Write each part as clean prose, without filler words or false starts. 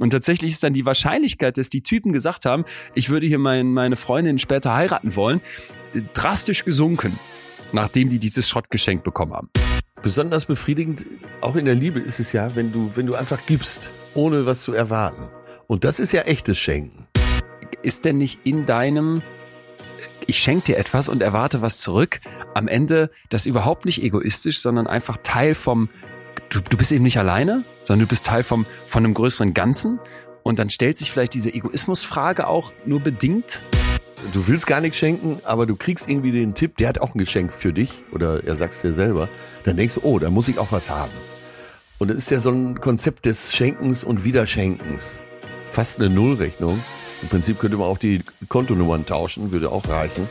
Und tatsächlich ist dann die Wahrscheinlichkeit, dass die Typen gesagt haben, ich würde hier meine Freundin später heiraten wollen, drastisch gesunken, nachdem die dieses Schrottgeschenk bekommen haben. Besonders befriedigend, auch in der Liebe ist es ja, wenn du einfach gibst, ohne was zu erwarten. Und das ist ja echtes Schenken. Ist denn nicht in deinem, ich schenke dir etwas und erwarte was zurück, am Ende das überhaupt nicht egoistisch, sondern einfach Teil vom, du bist eben nicht alleine, sondern du bist Teil von einem größeren Ganzen und dann stellt sich vielleicht diese Egoismusfrage auch nur bedingt. Du willst gar nichts schenken, aber du kriegst irgendwie den Tipp, der hat auch ein Geschenk für dich oder er sagt es dir selber, dann denkst du, oh, da muss ich auch was haben. Und das ist ja so ein Konzept des Schenkens und Wiederschenkens. Fast eine Nullrechnung. Im Prinzip könnte man auch die Kontonummern tauschen, würde auch reichen.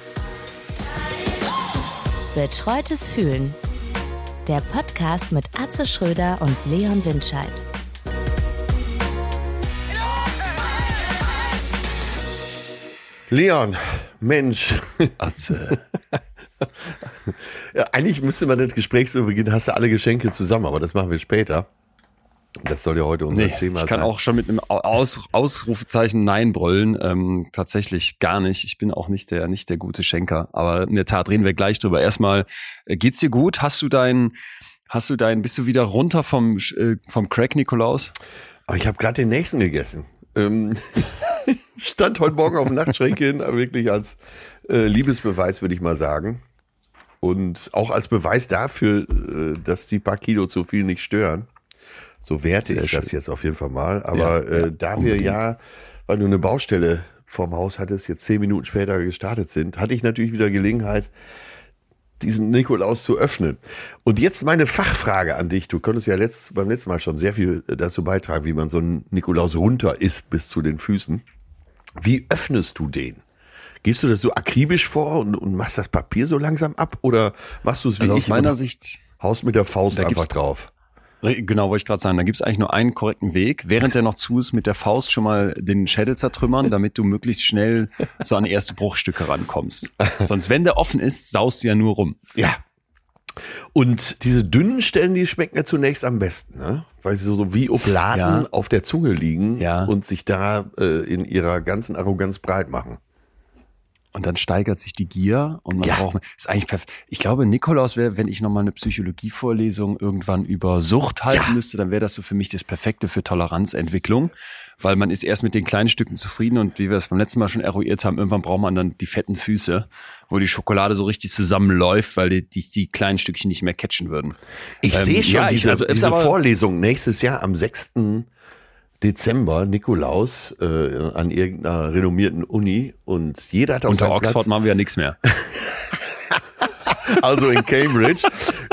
Betreutes Fühlen. Der Podcast mit Atze Schröder und Leon Windscheid. Leon, Mensch. Atze. Ja, eigentlich müsste man das Gespräch so beginnen, hast du alle Geschenke zusammen, aber das machen wir später. Das soll ja heute unser Thema sein. Ich kann auch schon mit einem Ausrufezeichen Nein brüllen. Tatsächlich gar nicht. Ich bin auch nicht der gute Schenker. Aber in der Tat reden wir gleich drüber. Erstmal, geht's dir gut? Bist du wieder runter vom Crack, Nikolaus? Aber ich habe gerade den nächsten gegessen. Stand heute Morgen auf dem Nachtschränkchen, wirklich als Liebesbeweis, würde ich mal sagen. Und auch als Beweis dafür, dass die paar Kilo zu viel nicht stören. So werte ich das jetzt auf jeden Fall mal. Aber da wir ja, weil du eine Baustelle vorm Haus hattest, jetzt 10 Minuten später gestartet sind, hatte ich natürlich wieder Gelegenheit, diesen Nikolaus zu öffnen. Und jetzt meine Fachfrage an dich. Du konntest ja beim letzten Mal schon sehr viel dazu beitragen, wie man so einen Nikolaus runter isst bis zu den Füßen. Wie öffnest du den? Gehst du das so akribisch vor und machst das Papier so langsam ab? Oder machst du es wie also ich? Aus meiner Sicht haust mit der Faust einfach drauf. Genau, wollte ich gerade sagen. Da gibt's eigentlich nur einen korrekten Weg. Während der noch zu ist, mit der Faust schon mal den Schädel zertrümmern, damit du möglichst schnell so an erste Bruchstücke rankommst. Sonst, wenn der offen ist, saust du ja nur rum. Ja. Und diese dünnen Stellen, die schmecken ja zunächst am besten, ne? Weil sie so wie Obladen auf der Zunge liegen und sich da in ihrer ganzen Arroganz breit machen. Und dann steigert sich die Gier und man braucht, ist eigentlich perfekt. Ich glaube, Nikolaus wäre, wenn ich nochmal eine Psychologievorlesung irgendwann über Sucht halten müsste, dann wäre das so für mich das Perfekte für Toleranzentwicklung, weil man ist erst mit den kleinen Stücken zufrieden und wie wir es beim letzten Mal schon eruiert haben, irgendwann braucht man dann die fetten Füße, wo die Schokolade so richtig zusammenläuft, weil die kleinen Stückchen nicht mehr catchen würden. Ich sehe schon diese Vorlesung nächstes Jahr am 6. Dezember, Nikolaus, an irgendeiner renommierten Uni und jeder hat auf seinem Platz. Unter Oxford machen wir ja nichts mehr. Also in Cambridge.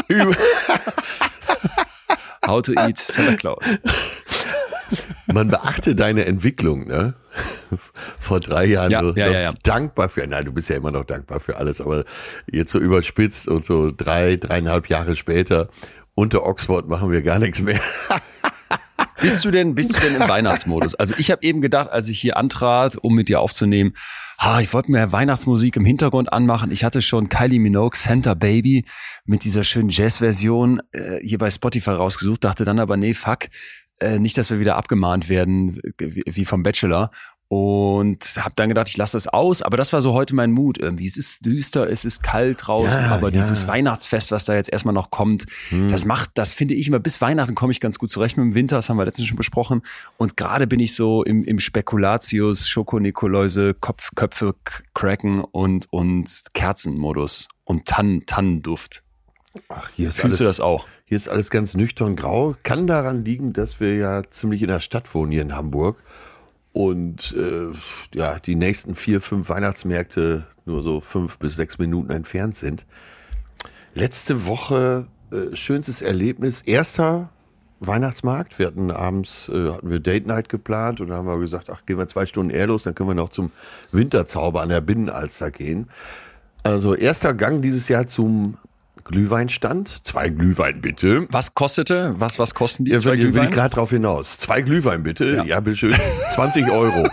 How to eat Santa Claus. Man beachte deine Entwicklung, ne? Vor 3 Jahren dankbar für, nein, du bist ja immer noch dankbar für alles, aber jetzt so überspitzt und so 3,5 Jahre später, unter Oxford machen wir gar nichts mehr. Bist du denn im Weihnachtsmodus? Also ich habe eben gedacht, als ich hier antrat, um mit dir aufzunehmen, ich wollte mir Weihnachtsmusik im Hintergrund anmachen. Ich hatte schon Kylie Minogue, Santa Baby mit dieser schönen Jazz-Version hier bei Spotify rausgesucht, dachte dann aber, nee, fuck, nicht, dass wir wieder abgemahnt werden wie vom Bachelor. Und habe dann gedacht, ich lasse das aus. Aber das war so heute mein Mut irgendwie. Es ist düster, es ist kalt draußen, aber dieses Weihnachtsfest, was da jetzt erstmal noch kommt, das finde ich immer, bis Weihnachten komme ich ganz gut zurecht mit dem Winter, das haben wir letztens schon besprochen. Und gerade bin ich so im Spekulatius, Schoko-Nikoläuse, Köpfe cracken und Kerzenmodus und Tannenduft. Ach, hier ist Fühlst du das auch? Hier ist alles ganz nüchtern grau. Kann daran liegen, dass wir ja ziemlich in der Stadt wohnen, hier in Hamburg. Und die nächsten 4, 5 Weihnachtsmärkte nur so 5 bis 6 Minuten entfernt sind. Letzte Woche schönstes Erlebnis, erster Weihnachtsmarkt. Wir hatten abends Date Night geplant und dann haben wir gesagt, gehen wir 2 Stunden eher los, dann können wir noch zum Winterzauber an der Binnenalster gehen. Also erster Gang dieses Jahr zum Glühweinstand. 2 Glühwein bitte. Was kostete? Was kosten die 2 Glühwein? Will ich gerade drauf hinaus. 2 Glühwein bitte. Ja, bitteschön. 20 €.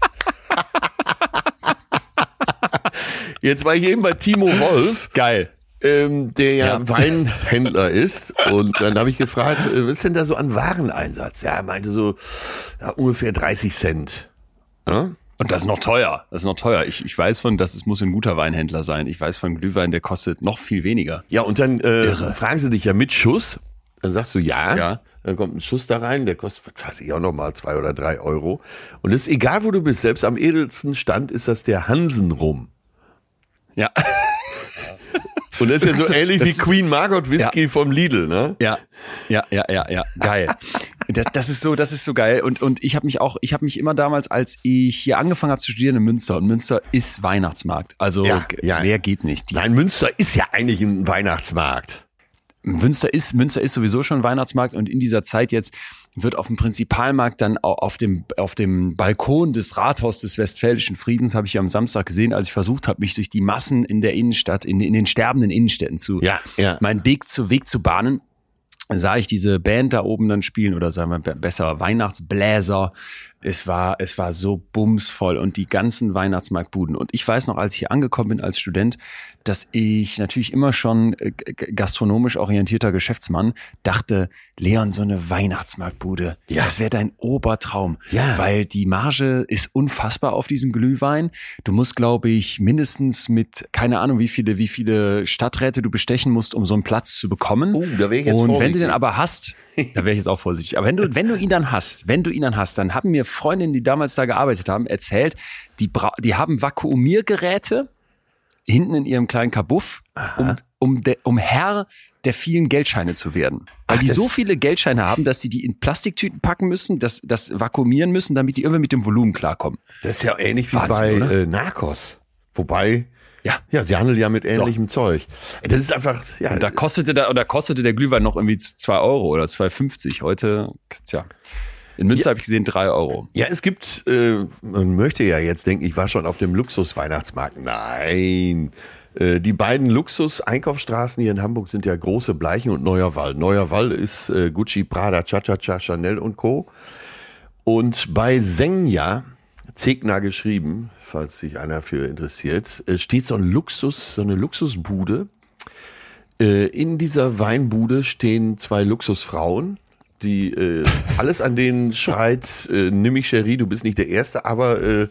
Jetzt war ich eben bei Timo Wolf. Geil. der ja Weinhändler ist. Und dann habe ich gefragt, was ist denn da so an Wareneinsatz? Ja, er meinte so ungefähr 30 Cent. Ja? Und das ist noch teuer. Ich weiß das muss ein guter Weinhändler sein. Ich weiß von Glühwein, der kostet noch viel weniger. Ja, und dann fragen sie dich ja mit Schuss. Dann sagst du ja. Dann kommt ein Schuss da rein, der kostet, weiß ich auch nochmal 2 oder 3 Euro. Und es ist egal, wo du bist, selbst am edelsten Stand ist das der Hansen-Rum. Ja. Und das ist ja so ähnlich wie Queen Margot Whisky vom Lidl, ne? Ja. Geil. Das ist so geil. Und ich habe mich immer damals, als ich hier angefangen habe zu studieren in Münster, und Münster ist Weihnachtsmarkt. Also mehr geht nicht. Nein, Münster ist ja eigentlich ein Weihnachtsmarkt. Münster ist sowieso schon ein Weihnachtsmarkt, und in dieser Zeit jetzt wird auf dem Prinzipalmarkt dann auf dem Balkon des Rathaus des Westfälischen Friedens, habe ich ja am Samstag gesehen, als ich versucht habe, mich durch die Massen in der Innenstadt, in den sterbenden Innenstädten meinen Weg zu bahnen, sah ich diese Band da oben dann spielen, oder sagen wir besser Weihnachtsbläser. Es war so bumsvoll, und die ganzen Weihnachtsmarktbuden. Und ich weiß noch, als ich hier angekommen bin als Student, dass ich natürlich immer schon gastronomisch orientierter Geschäftsmann dachte, Leon, so eine Weihnachtsmarktbude, das wäre dein Obertraum. Ja. Weil die Marge ist unfassbar auf diesen Glühwein. Du musst, glaube ich, mindestens mit, keine Ahnung, wie viele Stadträte du bestechen musst, um so einen Platz zu bekommen. Da wäre ich jetzt vorsichtig. Wenn du den aber hast, da wäre ich jetzt auch vorsichtig. Aber wenn du ihn dann hast, dann haben mir Freundinnen, die damals da gearbeitet haben, erzählt, die haben Vakuumiergeräte hinten in ihrem kleinen Kabuff, um Herr der vielen Geldscheine zu werden. Weil die so viele Geldscheine haben, dass sie die in Plastiktüten packen müssen, das vakuumieren müssen, damit die irgendwie mit dem Volumen klarkommen. Das ist ja ähnlich wie bei Narcos. Wobei, sie handeln ja mit ähnlichem Zeug. Das ist einfach, Und da kostete der Glühwein noch irgendwie 2 Euro oder 2,50. Heute, in Münster habe ich gesehen 3 Euro. Ja, es gibt, man möchte ja jetzt denken, ich war schon auf dem Luxus-Weihnachtsmarkt. Nein, die beiden Luxus-Einkaufsstraßen hier in Hamburg sind ja Große Bleichen und Neuerwall. Neuerwall ist Gucci, Prada, Cha-Cha-Cha, Chanel und Co. Und bei Senja, Zegna geschrieben, falls sich einer für interessiert, steht so eine Luxusbude. In dieser Weinbude stehen 2 Luxusfrauen, die alles an denen schreit, nimm mich Cherie, du bist nicht der Erste, aber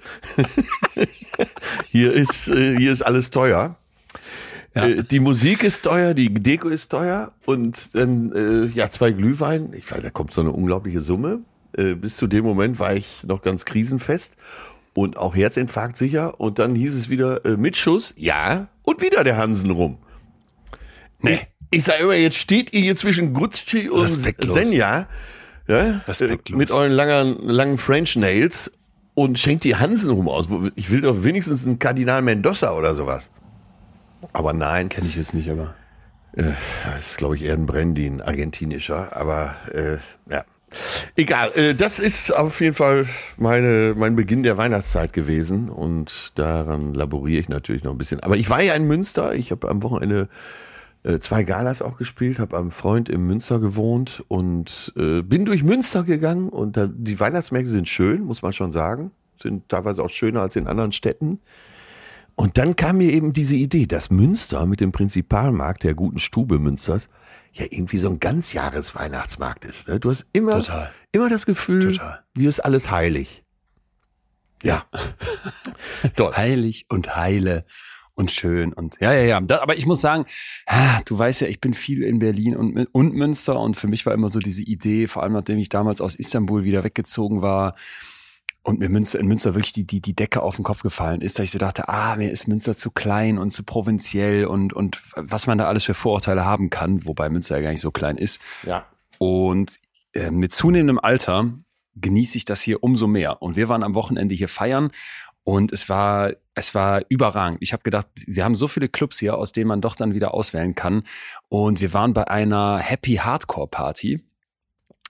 hier ist alles teuer. Ja. Die Musik ist teuer, die Deko ist teuer, und dann 2 Glühwein, ich weiß, da kommt so eine unglaubliche Summe. Bis zu dem Moment war ich noch ganz krisenfest und auch Herzinfarkt sicher, und dann hieß es wieder mit Schuss, und wieder der Hansen rum. Nee. Ich sage immer, jetzt steht ihr hier zwischen Gucci und Senja, mit euren langen French Nails, und schenkt die Hansen rum aus. Ich will doch wenigstens einen Kardinal Mendoza oder sowas. Aber nein. Kenne ich jetzt nicht, aber. Das ist, glaube ich, eher ein Brandy, ein argentinischer. Aber egal. Das ist auf jeden Fall mein Beginn der Weihnachtszeit gewesen. Und daran laboriere ich natürlich noch ein bisschen. Aber ich war ja in Münster. Ich habe am Wochenende 2 Galas auch gespielt, habe einem Freund in Münster gewohnt und bin durch Münster gegangen, und die Weihnachtsmärkte sind schön, muss man schon sagen, sind teilweise auch schöner als in anderen Städten. Und dann kam mir eben diese Idee, dass Münster mit dem Prinzipalmarkt der guten Stube Münsters ja irgendwie so ein Ganzjahres-Weihnachtsmarkt ist. Ne? Du hast immer das Gefühl, hier ist alles heilig. Ja. Heilig und heile. Und schön und ja. Aber ich muss sagen, du weißt ja, ich bin viel in Berlin und Münster, und für mich war immer so diese Idee, vor allem nachdem ich damals aus Istanbul wieder weggezogen war und mir in Münster wirklich die Decke auf den Kopf gefallen ist, dass ich so dachte, mir ist Münster zu klein und zu provinziell und was man da alles für Vorurteile haben kann, wobei Münster ja gar nicht so klein ist. Ja. Und mit zunehmendem Alter genieße ich das hier umso mehr. Und wir waren am Wochenende hier feiern. Und es war überragend. Ich habe gedacht, wir haben so viele Clubs hier, aus denen man doch dann wieder auswählen kann. Und wir waren bei einer Happy Hardcore Party.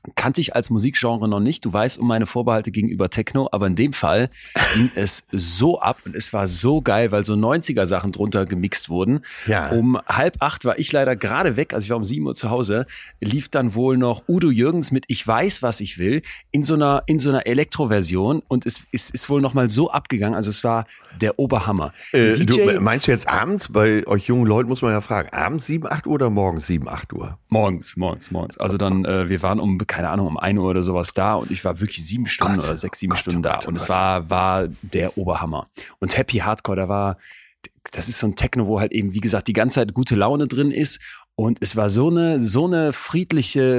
kannte ich als Musikgenre noch nicht. Du weißt um meine Vorbehalte gegenüber Techno, aber in dem Fall ging es so ab und es war so geil, weil so 90er-Sachen drunter gemixt wurden. Ja. Um 7:30 war ich leider gerade weg, also ich war um 7 Uhr zu Hause, lief dann wohl noch Udo Jürgens mit Ich weiß, was ich will in so einer Elektroversion und es ist wohl noch mal so abgegangen, also es war der Oberhammer. Meinst du jetzt abends? Bei euch jungen Leuten muss man ja fragen, abends 7, 8 Uhr oder morgens 7, 8 Uhr? Morgens. Also dann, wir waren um 1 Uhr oder sowas da und ich war wirklich 7 Stunden oder 6, 7 Stunden da und es war der Oberhammer. Und Happy Hardcore, das ist so ein Techno, wo halt eben, wie gesagt, die ganze Zeit gute Laune drin ist und es war so eine friedlicher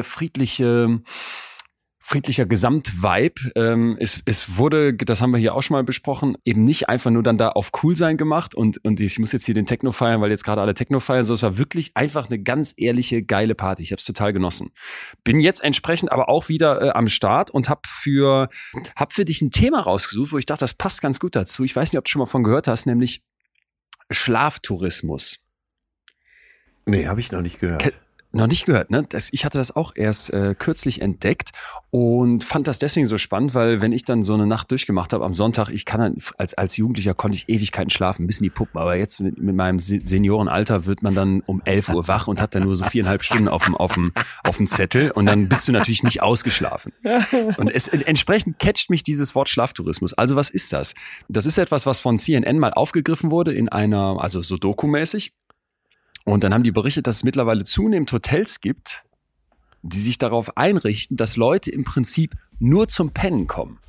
Gesamtvibe. Es wurde, das haben wir hier auch schon mal besprochen, eben nicht einfach nur dann da auf cool sein gemacht und ich muss jetzt hier den Techno feiern, weil jetzt gerade alle Techno feiern, sondern es war wirklich einfach eine ganz ehrliche, geile Party. Ich habe es total genossen. Bin jetzt entsprechend aber auch wieder am Start und hab für dich ein Thema rausgesucht, wo ich dachte, das passt ganz gut dazu. Ich weiß nicht, ob du schon mal von gehört hast, nämlich Schlaftourismus. Nee, habe ich noch nicht gehört. Noch nicht gehört, ne? Ich hatte das auch erst kürzlich entdeckt und fand das deswegen so spannend, weil wenn ich dann so eine Nacht durchgemacht habe am Sonntag, ich kann dann, als Jugendlicher konnte ich Ewigkeiten schlafen, bis in die Puppen, aber jetzt mit meinem Seniorenalter wird man dann um 11 Uhr wach und hat dann nur so 4,5 Stunden auf dem Zettel und dann bist du natürlich nicht ausgeschlafen. Und entsprechend catcht mich dieses Wort Schlaftourismus. Also was ist das? Das ist etwas, was von CNN mal aufgegriffen wurde in einer, also so dokumäßig. Und dann haben die berichtet, dass es mittlerweile zunehmend Hotels gibt, die sich darauf einrichten, dass Leute im Prinzip nur zum Pennen kommen.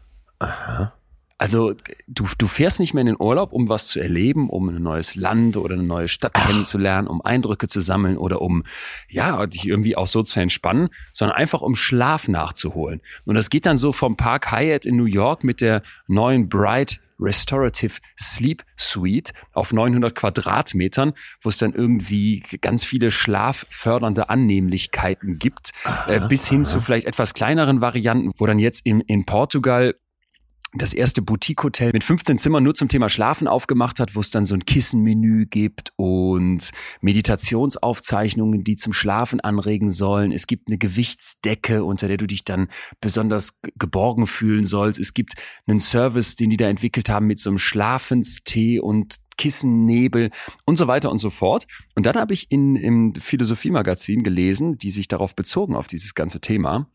Aha. Also du fährst nicht mehr in den Urlaub, um was zu erleben, um ein neues Land oder eine neue Stadt kennenzulernen, um Eindrücke zu sammeln oder um dich irgendwie auch so zu entspannen, sondern einfach um Schlaf nachzuholen. Und das geht dann so vom Park Hyatt in New York mit der neuen Bright Restorative Sleep Suite auf 900 Quadratmetern, wo es dann irgendwie ganz viele schlaffördernde Annehmlichkeiten gibt, bis hin zu vielleicht etwas kleineren Varianten, wo dann jetzt in Portugal das erste Boutique-Hotel mit 15 Zimmern nur zum Thema Schlafen aufgemacht hat, wo es dann so ein Kissenmenü gibt und Meditationsaufzeichnungen, die zum Schlafen anregen sollen. Es gibt eine Gewichtsdecke, unter der du dich dann besonders geborgen fühlen sollst. Es gibt einen Service, den die da entwickelt haben mit so einem Schlafenstee und Kissennebel und so weiter und so fort. Und dann habe ich im Philosophie-Magazin gelesen, die sich darauf bezogen, auf dieses ganze Thema,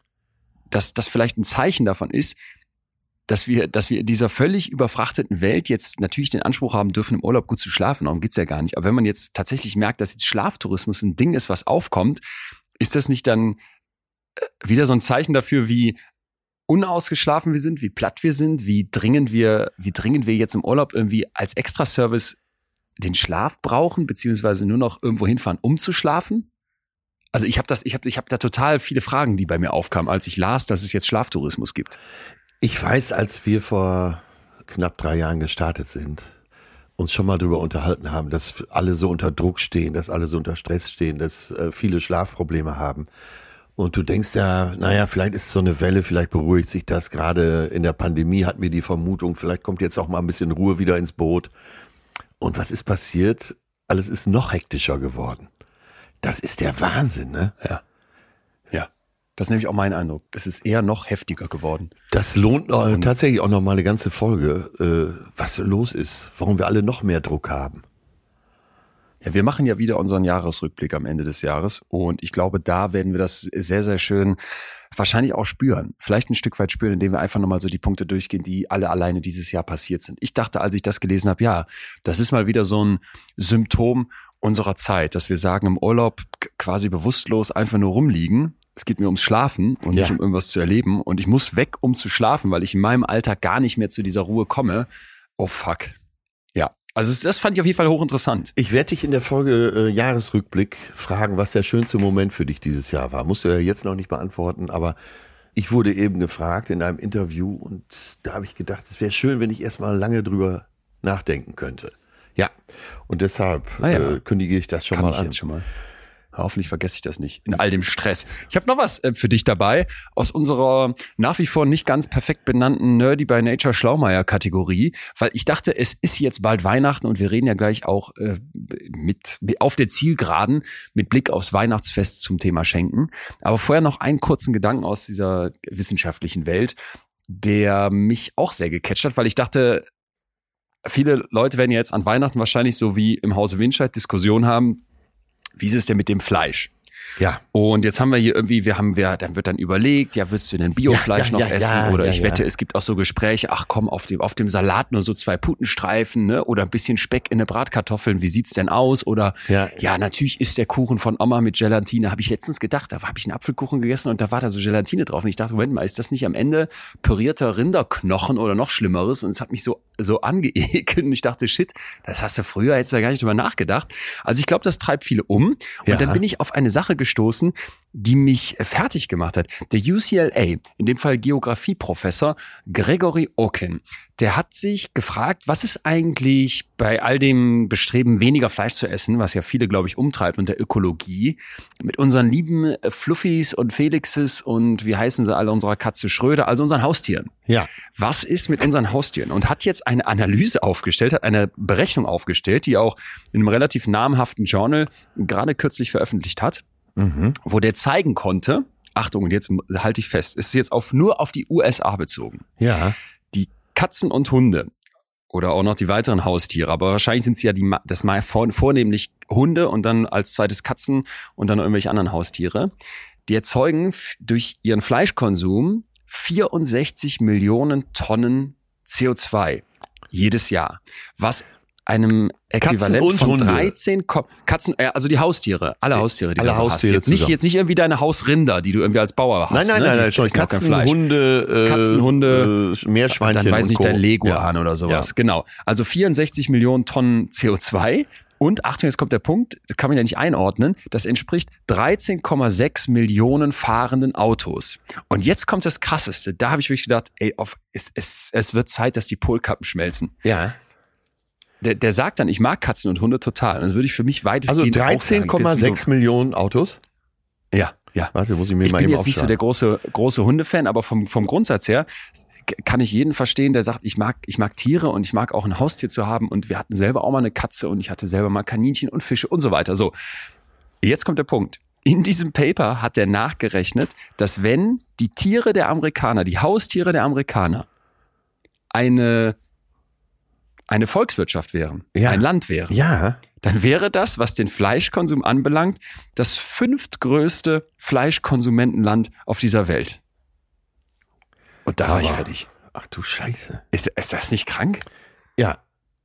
dass das vielleicht ein Zeichen davon ist, dass wir in dieser völlig überfrachteten Welt jetzt natürlich den Anspruch haben dürfen, im Urlaub gut zu schlafen. Darum geht's ja gar nicht. Aber wenn man jetzt tatsächlich merkt, dass jetzt Schlaftourismus ein Ding ist, was aufkommt, ist das nicht dann wieder so ein Zeichen dafür, wie unausgeschlafen wir sind, wie platt wir sind, wie dringend wir jetzt im Urlaub irgendwie als Extraservice den Schlaf brauchen, beziehungsweise nur noch irgendwo hinfahren, um zu schlafen? Also ich habe da total viele Fragen, die bei mir aufkamen, als ich las, dass es jetzt Schlaftourismus gibt. Ich weiß, als wir vor knapp 3 Jahren gestartet sind, uns schon mal darüber unterhalten haben, dass alle so unter Druck stehen, dass alle so unter Stress stehen, dass viele Schlafprobleme haben. Und du denkst ja, naja, vielleicht ist es so eine Welle, vielleicht beruhigt sich das. Gerade in der Pandemie hatten wir die Vermutung, vielleicht kommt jetzt auch mal ein bisschen Ruhe wieder ins Boot. Und was ist passiert? Alles ist noch hektischer geworden. Das ist der Wahnsinn, ne? Ja. Das ist nämlich auch mein Eindruck. Es ist eher noch heftiger geworden. Das lohnt tatsächlich auch noch mal eine ganze Folge, was los ist, warum wir alle noch mehr Druck haben. Ja, wir machen ja wieder unseren Jahresrückblick am Ende des Jahres und ich glaube, da werden wir das sehr, sehr schön wahrscheinlich auch spüren. Vielleicht ein Stück weit spüren, indem wir einfach nochmal so die Punkte durchgehen, die alle alleine dieses Jahr passiert sind. Ich dachte, als ich das gelesen habe, ja, das ist mal wieder so ein Symptom unserer Zeit, dass wir sagen, im Urlaub quasi bewusstlos einfach nur rumliegen. Es geht mir ums Schlafen und nicht um irgendwas zu erleben. Und ich muss weg, um zu schlafen, weil ich in meinem Alltag gar nicht mehr zu dieser Ruhe komme. Oh fuck. Ja, also das fand ich auf jeden Fall hochinteressant. Ich werde dich in der Folge Jahresrückblick fragen, was der schönste Moment für dich dieses Jahr war. Musst du ja jetzt noch nicht beantworten, aber ich wurde eben gefragt in einem Interview und da habe ich gedacht, es wäre schön, wenn ich erstmal lange drüber nachdenken könnte. Ja, und deshalb kündige ich das schon mal an. Jetzt schon mal. Hoffentlich vergesse ich das nicht. In all dem Stress. Ich habe noch was für dich dabei aus unserer nach wie vor nicht ganz perfekt benannten Nerdy by Nature Schlaumeier-Kategorie, weil ich dachte, es ist jetzt bald Weihnachten und wir reden ja gleich auch mit auf der Zielgeraden mit Blick aufs Weihnachtsfest zum Thema Schenken. Aber vorher noch einen kurzen Gedanken aus dieser wissenschaftlichen Welt, der mich auch sehr gecatcht hat, weil ich dachte, viele Leute werden ja jetzt an Weihnachten wahrscheinlich so wie im Hause Winscheid Diskussion haben, wie ist es denn mit dem Fleisch? Ja. Und jetzt haben wir hier irgendwie, dann wird dann überlegt, ja, willst du denn Biofleisch noch essen? Oder ich wette, es gibt auch so Gespräche, ach komm, auf dem Salat nur so 2 Putenstreifen, ne? Oder ein bisschen Speck in eine Bratkartoffeln, wie sieht's denn aus? Oder ja, natürlich ist der Kuchen von Oma mit Gelatine. Habe ich letztens gedacht, da habe ich einen Apfelkuchen gegessen und da war da so Gelatine drauf. Und ich dachte, Moment mal, ist das nicht am Ende pürierter Rinderknochen oder noch Schlimmeres? Und es hat mich so angeekelt und ich dachte, shit, das hast du früher, hättest du da gar nicht drüber nachgedacht. Also ich glaube, das treibt viele um. Und dann bin ich auf eine Sache gestoßen, die mich fertig gemacht hat. Der UCLA, in dem Fall Geografieprofessor Gregory Oken, der hat sich gefragt, was ist eigentlich bei all dem Bestreben, weniger Fleisch zu essen, was ja viele, glaube ich, umtreibt und der Ökologie, mit unseren lieben Fluffis und Felixes und wie heißen sie alle, unserer Katze Schröder, also unseren Haustieren. Ja. Was ist mit unseren Haustieren? Und hat jetzt eine Analyse aufgestellt, hat eine Berechnung aufgestellt, die auch in einem relativ namhaften Journal gerade kürzlich veröffentlicht hat, wo der zeigen konnte, Achtung, und jetzt halte ich fest, es ist jetzt nur auf die USA bezogen. Ja. Die Katzen und Hunde oder auch noch die weiteren Haustiere, aber wahrscheinlich sind es ja das mal vornehmlich Hunde und dann als zweites Katzen und dann irgendwelche anderen Haustiere, die erzeugen durch ihren Fleischkonsum 64 Millionen Tonnen CO2 jedes Jahr, was einem Äquivalent von Hunde. 13 Katzen, also die Haustiere, alle Haustiere, die du so hast. Jetzt nicht irgendwie deine Hausrinder, die du irgendwie als Bauer hast. Nein, schon Katzen, Hunde, Meerschweinchen. Dann weiß nicht dein Leguan ja. oder sowas. Ja. Genau. Also 64 Millionen Tonnen CO2 und Achtung, jetzt kommt der Punkt, das kann man ja nicht einordnen, das entspricht 13,6 Millionen fahrenden Autos. Und jetzt kommt das Krasseste, da habe ich wirklich gedacht, es wird Zeit, dass die Polkappen schmelzen. Ja. Der sagt dann, ich mag Katzen und Hunde total. Und das würde ich für mich weitestgehend Also 13,6 Millionen Autos? Ja. Warte, muss ich mir mal eben aufschreiben. Ich bin jetzt nicht so der große Hundefan, aber vom Grundsatz her kann ich jeden verstehen, der sagt, ich mag Tiere und ich mag auch ein Haustier zu haben. Und wir hatten selber auch mal eine Katze und ich hatte selber mal Kaninchen und Fische und so weiter. So, jetzt kommt der Punkt. In diesem Paper hat der nachgerechnet, dass wenn die Tiere der Amerikaner, die Haustiere der Amerikaner eine Volkswirtschaft wären, ein Land wären, dann wäre das, was den Fleischkonsum anbelangt, das 5. größte Fleischkonsumentenland auf dieser Welt. Und da war ich fertig. Ach du Scheiße. Ist das nicht krank? Ja.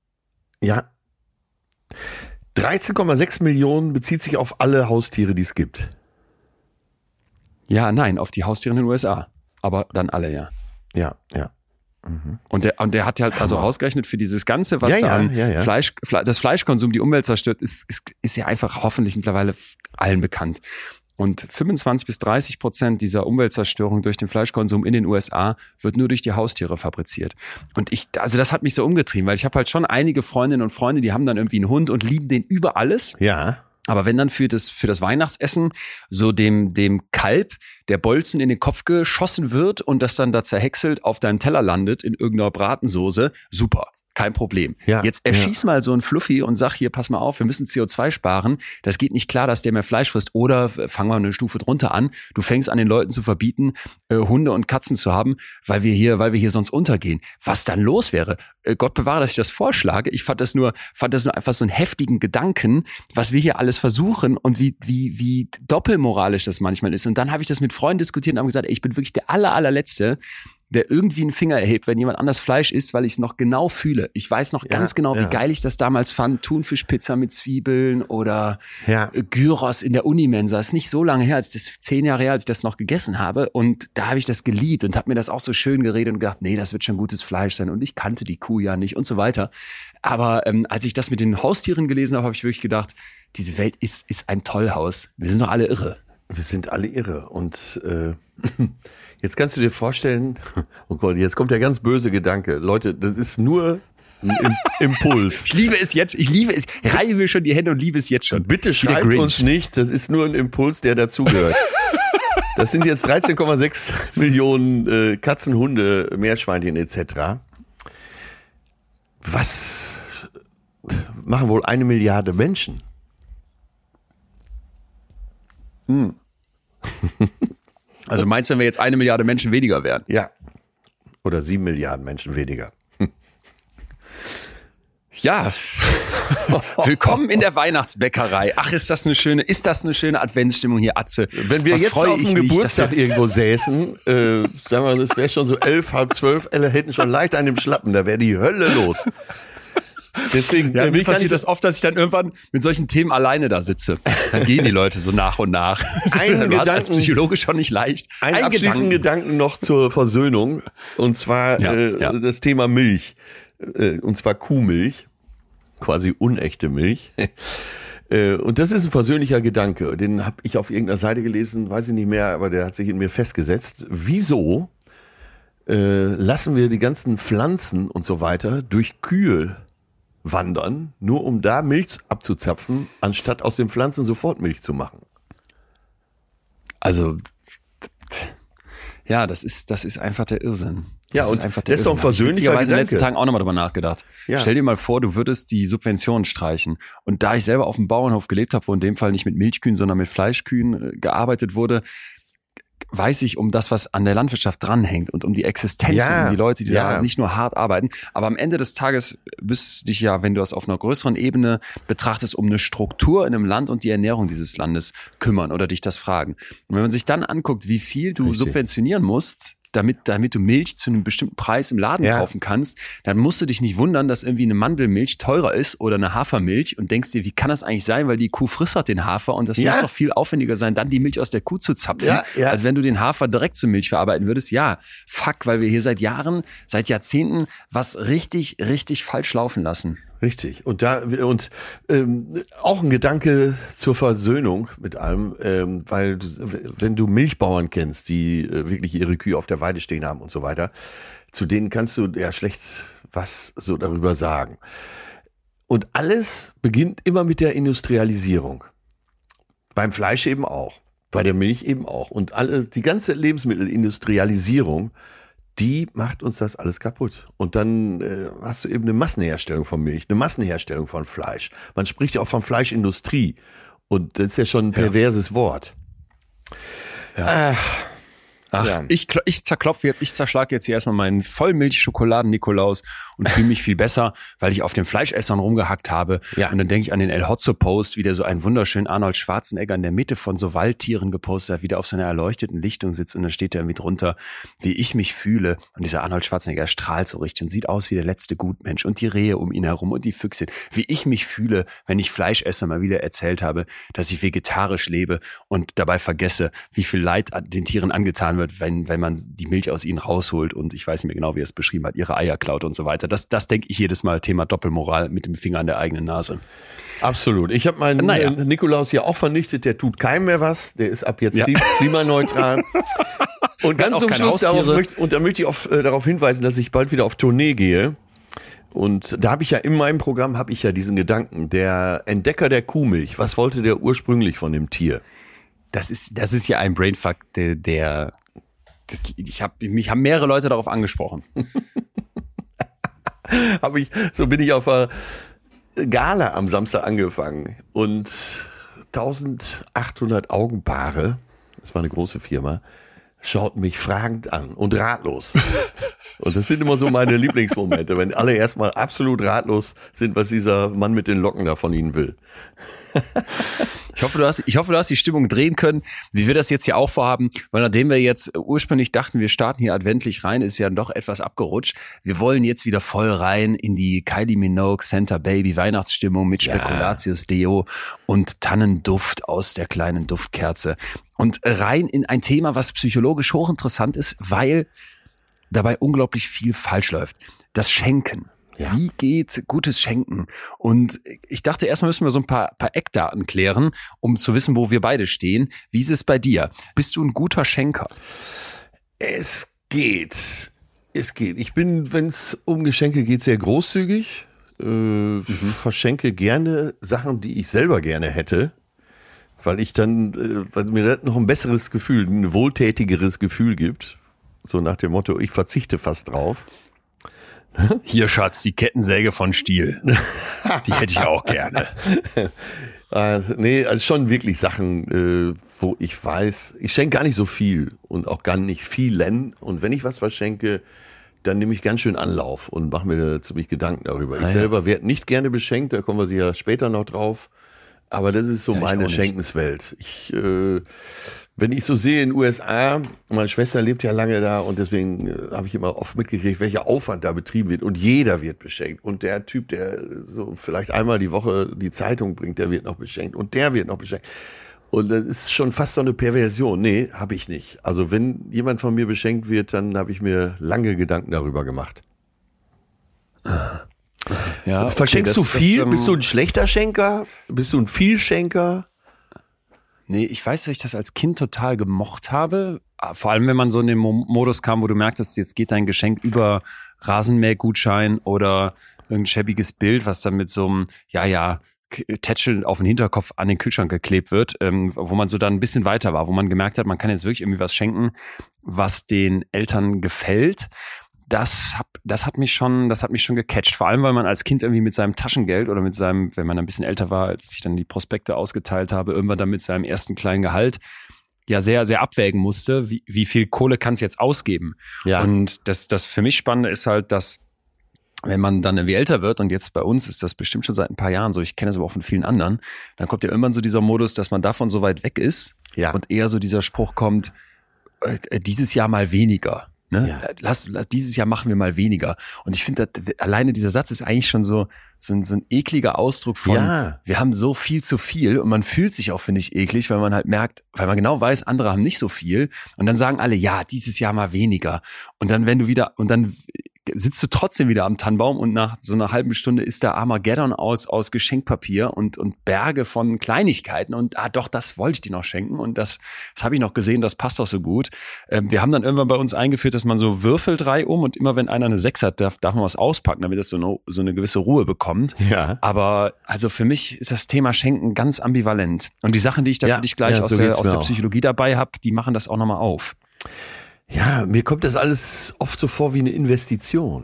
13,6 Millionen bezieht sich auf alle Haustiere, die es gibt. Ja, nein, auf die Haustiere in den USA. Aber dann alle, ja. Ja. Und der hat ja halt also ausgerechnet für dieses Ganze, was an das Fleischkonsum die Umwelt zerstört, ist ja einfach hoffentlich mittlerweile allen bekannt. Und 25-30% dieser Umweltzerstörung durch den Fleischkonsum in den USA wird nur durch die Haustiere fabriziert. Und das hat mich so umgetrieben, weil ich habe halt schon einige Freundinnen und Freunde, die haben dann irgendwie einen Hund und lieben den über alles. Ja. Aber wenn dann für das Weihnachtsessen so dem Kalb der Bolzen in den Kopf geschossen wird und das dann da zerhäckselt auf deinem Teller landet in irgendeiner Bratensoße, super. Kein Problem. Ja, jetzt erschieß mal so ein Fluffy und sag hier, pass mal auf, wir müssen CO2 sparen. Das geht nicht klar, dass der mehr Fleisch frisst. Oder fangen wir eine Stufe drunter an. Du fängst an, den Leuten zu verbieten, Hunde und Katzen zu haben, weil wir hier sonst untergehen. Was dann los wäre? Gott bewahre, dass ich das vorschlage. Ich fand das nur einfach so einen heftigen Gedanken, was wir hier alles versuchen und wie doppelmoralisch das manchmal ist. Und dann habe ich das mit Freunden diskutiert und haben gesagt, ich bin wirklich der allerletzte, der irgendwie einen Finger erhebt, wenn jemand anders Fleisch isst, weil ich es noch genau fühle. Ich weiß noch ganz genau, wie geil ich das damals fand. Thunfischpizza mit Zwiebeln oder Gyros in der Unimensa. Ist nicht so lange her, 10 Jahre her, als ich das noch gegessen habe. Und da habe ich das geliebt und habe mir das auch so schön geredet und gedacht, nee, das wird schon gutes Fleisch sein. Und ich kannte die Kuh ja nicht und so weiter. Aber als ich das mit den Haustieren gelesen habe, habe ich wirklich gedacht, diese Welt ist ein Tollhaus. Wir sind doch alle irre. Wir sind alle irre. Und jetzt kannst du dir vorstellen, oh Gott, jetzt kommt der ganz böse Gedanke. Leute, das ist nur Ein Impuls. Ich liebe es. Reibe mir schon die Hände und liebe es jetzt schon. Bitte schreibt uns nicht, das ist nur ein Impuls, der dazugehört. Das sind jetzt 13,6 Millionen Katzen, Hunde, Meerschweinchen etc. Was machen wohl 1 Milliarde Menschen? Also meinst du, wenn wir jetzt 1 Milliarde Menschen weniger wären? Ja. Oder 7 Milliarden Menschen weniger. Ja. Willkommen in der Weihnachtsbäckerei. Ach, ist das eine schöne Adventsstimmung hier, Atze. Wenn wir jetzt auf dem Geburtstag irgendwo säßen, sagen wir, das wäre schon so 11, halb 12, alle hätten schon leicht einen im Schlappen, da wäre die Hölle los. Deswegen mir passiert das oft, dass ich dann irgendwann mit solchen Themen alleine da sitze. Dann gehen die Leute so nach und nach. Du hast als Psychologe schon nicht leicht. Einen abschließenden Gedanken noch zur Versöhnung. Und zwar das Thema Milch. Und zwar Kuhmilch. Quasi unechte Milch. Und das ist ein versöhnlicher Gedanke. Den habe ich auf irgendeiner Seite gelesen, weiß ich nicht mehr, aber der hat sich in mir festgesetzt. Wieso lassen wir die ganzen Pflanzen und so weiter durch Kühe wandern, nur um da Milch abzuzapfen, anstatt aus den Pflanzen sofort Milch zu machen? Also, ja, das ist einfach der Irrsinn. Das ist doch ein versöhnlicher Gedanke. Ich habe in den letzten Tagen auch nochmal drüber nachgedacht. Ja. Stell dir mal vor, du würdest die Subventionen streichen. Und da ich selber auf dem Bauernhof gelebt habe, wo in dem Fall nicht mit Milchkühen, sondern mit Fleischkühen gearbeitet wurde, weiß ich um das, was an der Landwirtschaft dranhängt und um die Existenz und die Leute, die da nicht nur hart arbeiten. Aber am Ende des Tages müsstest du dich ja, wenn du das auf einer größeren Ebene betrachtest, um eine Struktur in einem Land und die Ernährung dieses Landes kümmern oder dich das fragen. Und wenn man sich dann anguckt, wie viel du subventionieren musst, damit du Milch zu einem bestimmten Preis im Laden kaufen kannst, dann musst du dich nicht wundern, dass irgendwie eine Mandelmilch teurer ist oder eine Hafermilch und denkst dir, wie kann das eigentlich sein, weil die Kuh frisst doch den Hafer und das muss doch viel aufwendiger sein, dann die Milch aus der Kuh zu zapfen, als wenn du den Hafer direkt zur Milch verarbeiten würdest. Ja, fuck, weil wir hier seit Jahrzehnten was richtig, richtig falsch laufen lassen. Richtig. Und auch ein Gedanke zur Versöhnung mit allem, weil wenn du Milchbauern kennst, die wirklich ihre Kühe auf der Weide stehen haben und so weiter, zu denen kannst du ja schlecht was so darüber sagen. Und alles beginnt immer mit der Industrialisierung. Beim Fleisch eben auch, bei der Milch eben auch. Und die ganze Lebensmittelindustrialisierung, die macht uns das alles kaputt. Und dann hast du eben eine Massenherstellung von Milch, eine Massenherstellung von Fleisch. Man spricht ja auch von Fleischindustrie. Und das ist ja schon ein perverses Wort. Ja. Ich zerschlage jetzt hier erstmal meinen Vollmilch-Schokoladen-Nikolaus und fühle mich viel besser, weil ich auf den Fleischessern rumgehackt habe. Ja. Und dann denke ich an den El Hotzo-Post, wie der so einen wunderschönen Arnold Schwarzenegger in der Mitte von so Waldtieren gepostet hat, wie der auf seiner erleuchteten Lichtung sitzt und dann steht da irgendwie drunter, wie ich mich fühle. Und dieser Arnold Schwarzenegger strahlt so richtig und sieht aus wie der letzte Gutmensch und die Rehe um ihn herum und die Füchse. Wie ich mich fühle, wenn ich Fleischesser mal wieder erzählt habe, dass ich vegetarisch lebe und dabei vergesse, wie viel Leid den Tieren angetan wird, wenn man die Milch aus ihnen rausholt und ich weiß nicht mehr genau, wie er es beschrieben hat, ihre Eier klaut und so weiter. Das denke ich jedes Mal, Thema Doppelmoral mit dem Finger an der eigenen Nase. Absolut. Ich habe meinen Nikolaus ja auch vernichtet, der tut keinem mehr was, der ist ab jetzt klimaneutral. Und ganz zum Schluss da möchte ich darauf hinweisen, dass ich bald wieder auf Tournee gehe. Und da habe ich ja in meinem Programm diesen Gedanken, der Entdecker der Kuhmilch, was wollte der ursprünglich von dem Tier? Das ist ja ein Brainfuck, mich haben mehrere Leute darauf angesprochen. So bin ich auf der Gala am Samstag angefangen und 1800 Augenpaare, das war eine große Firma, schauten mich fragend an und ratlos. Und das sind immer so meine Lieblingsmomente, wenn alle erstmal absolut ratlos sind, was dieser Mann mit den Locken da von ihnen will. Ich hoffe, du hast die Stimmung drehen können, wie wir das jetzt hier auch vorhaben, weil nachdem wir jetzt ursprünglich dachten, wir starten hier adventlich rein, ist ja doch etwas abgerutscht. Wir wollen jetzt wieder voll rein in die Kylie Minogue Santa Baby Weihnachtsstimmung mit Spekulatius Deo und Tannenduft aus der kleinen Duftkerze. Und rein in ein Thema, was psychologisch hochinteressant ist, weil dabei unglaublich viel falsch läuft. Das Schenken. Ja. Wie geht gutes Schenken? Und ich dachte, erstmal müssen wir so ein paar Eckdaten klären, um zu wissen, wo wir beide stehen. Wie ist es bei dir? Bist du ein guter Schenker? Es geht. Es geht. Ich bin, wenn es um Geschenke geht, sehr großzügig. Verschenke gerne Sachen, die ich selber gerne hätte, weil ich dann, weil mir das noch ein besseres Gefühl, ein wohltätigeres Gefühl gibt. So nach dem Motto, ich verzichte fast drauf. Hier, Schatz, die Kettensäge von Stihl. Die hätte ich auch gerne. Nee, also schon wirklich Sachen, wo ich weiß, ich schenke gar nicht so viel und auch gar nicht vielen. Und wenn ich was verschenke, dann nehme ich ganz schön Anlauf und mache mir ziemlich Gedanken darüber. Ich selber werde nicht gerne beschenkt, da kommen wir sicher später noch drauf. Aber das ist so meine Schenkenswelt. Wenn ich so sehe in den USA, meine Schwester lebt ja lange da und deswegen habe ich immer oft mitgekriegt, welcher Aufwand da betrieben wird und jeder wird beschenkt und der Typ, der so vielleicht einmal die Woche die Zeitung bringt, der wird noch beschenkt und der wird noch beschenkt. Und das ist schon fast so eine Perversion. Nee, habe ich nicht. Also wenn jemand von mir beschenkt wird, dann habe ich mir lange Gedanken darüber gemacht. Ja, okay, verschenkst du viel? Bist du ein schlechter Schenker? Bist du ein Vielschenker? Nee, ich weiß, dass ich das als Kind total gemocht habe. Vor allem, wenn man so in den Modus kam, wo du merktest, jetzt geht dein Geschenk über Rasenmähergutschein oder irgendein schäbiges Bild, was dann mit so einem, Tätscheln auf den Hinterkopf an den Kühlschrank geklebt wird, wo man so dann ein bisschen weiter war, wo man gemerkt hat, man kann jetzt wirklich irgendwie was schenken, was den Eltern gefällt. Das hat mich schon gecatcht. Vor allem, weil man als Kind irgendwie mit seinem Taschengeld oder mit seinem, wenn man ein bisschen älter war, als ich dann die Prospekte ausgeteilt habe, irgendwann dann mit seinem ersten kleinen Gehalt ja sehr, sehr abwägen musste, wie viel Kohle kann es jetzt ausgeben. Ja. Und das für mich Spannende ist halt, dass wenn man dann irgendwie älter wird, und jetzt bei uns ist das bestimmt schon seit ein paar Jahren so, ich kenne das aber auch von vielen anderen, dann kommt ja irgendwann so dieser Modus, dass man davon so weit weg ist und eher so dieser Spruch kommt, dieses Jahr mal weniger. Ne? Ja. Dieses Jahr machen wir mal weniger. Und ich finde, alleine dieser Satz ist eigentlich schon so ein ekliger Ausdruck von, wir haben so viel zu viel und man fühlt sich auch, finde ich, eklig, weil man halt merkt, weil man genau weiß, andere haben nicht so viel und dann sagen alle, ja, dieses Jahr mal weniger. Und dann, dann sitzt du trotzdem wieder am Tannenbaum und nach so einer halben Stunde ist der Armageddon aus Geschenkpapier und Berge von Kleinigkeiten und doch, das wollte ich dir noch schenken und das habe ich noch gesehen, das passt doch so gut. Wir haben dann irgendwann bei uns eingeführt, dass man so würfelt reihum und immer wenn einer eine 6 hat, darf man was auspacken, damit das so eine gewisse Ruhe bekommt. Ja. Aber also für mich ist das Thema Schenken ganz ambivalent. Und die Sachen, die ich da für dich gleich aus der Psychologie dabei habe, die machen das auch nochmal auf. Ja, mir kommt das alles oft so vor wie eine Investition.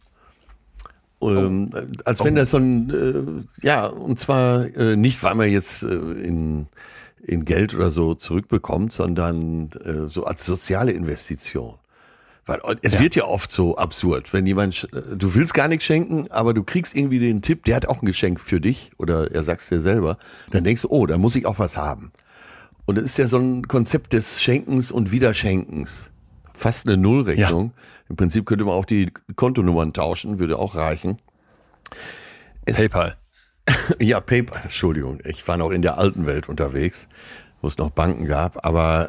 Als wenn das so ein, und zwar nicht, weil man jetzt in Geld oder so zurückbekommt, sondern so als soziale Investition. Weil es wird ja oft so absurd, wenn jemand, du willst gar nichts schenken, aber du kriegst irgendwie den Tipp, der hat auch ein Geschenk für dich oder er sagt es dir selber, dann denkst du, oh, da muss ich auch was haben. Und das ist ja so ein Konzept des Schenkens und Wiederschenkens. Fast eine Nullrechnung. Ja. Im Prinzip könnte man auch die Kontonummern tauschen, würde auch reichen. PayPal. Ja, PayPal, Entschuldigung. Ich war noch in der alten Welt unterwegs, wo es noch Banken gab. Aber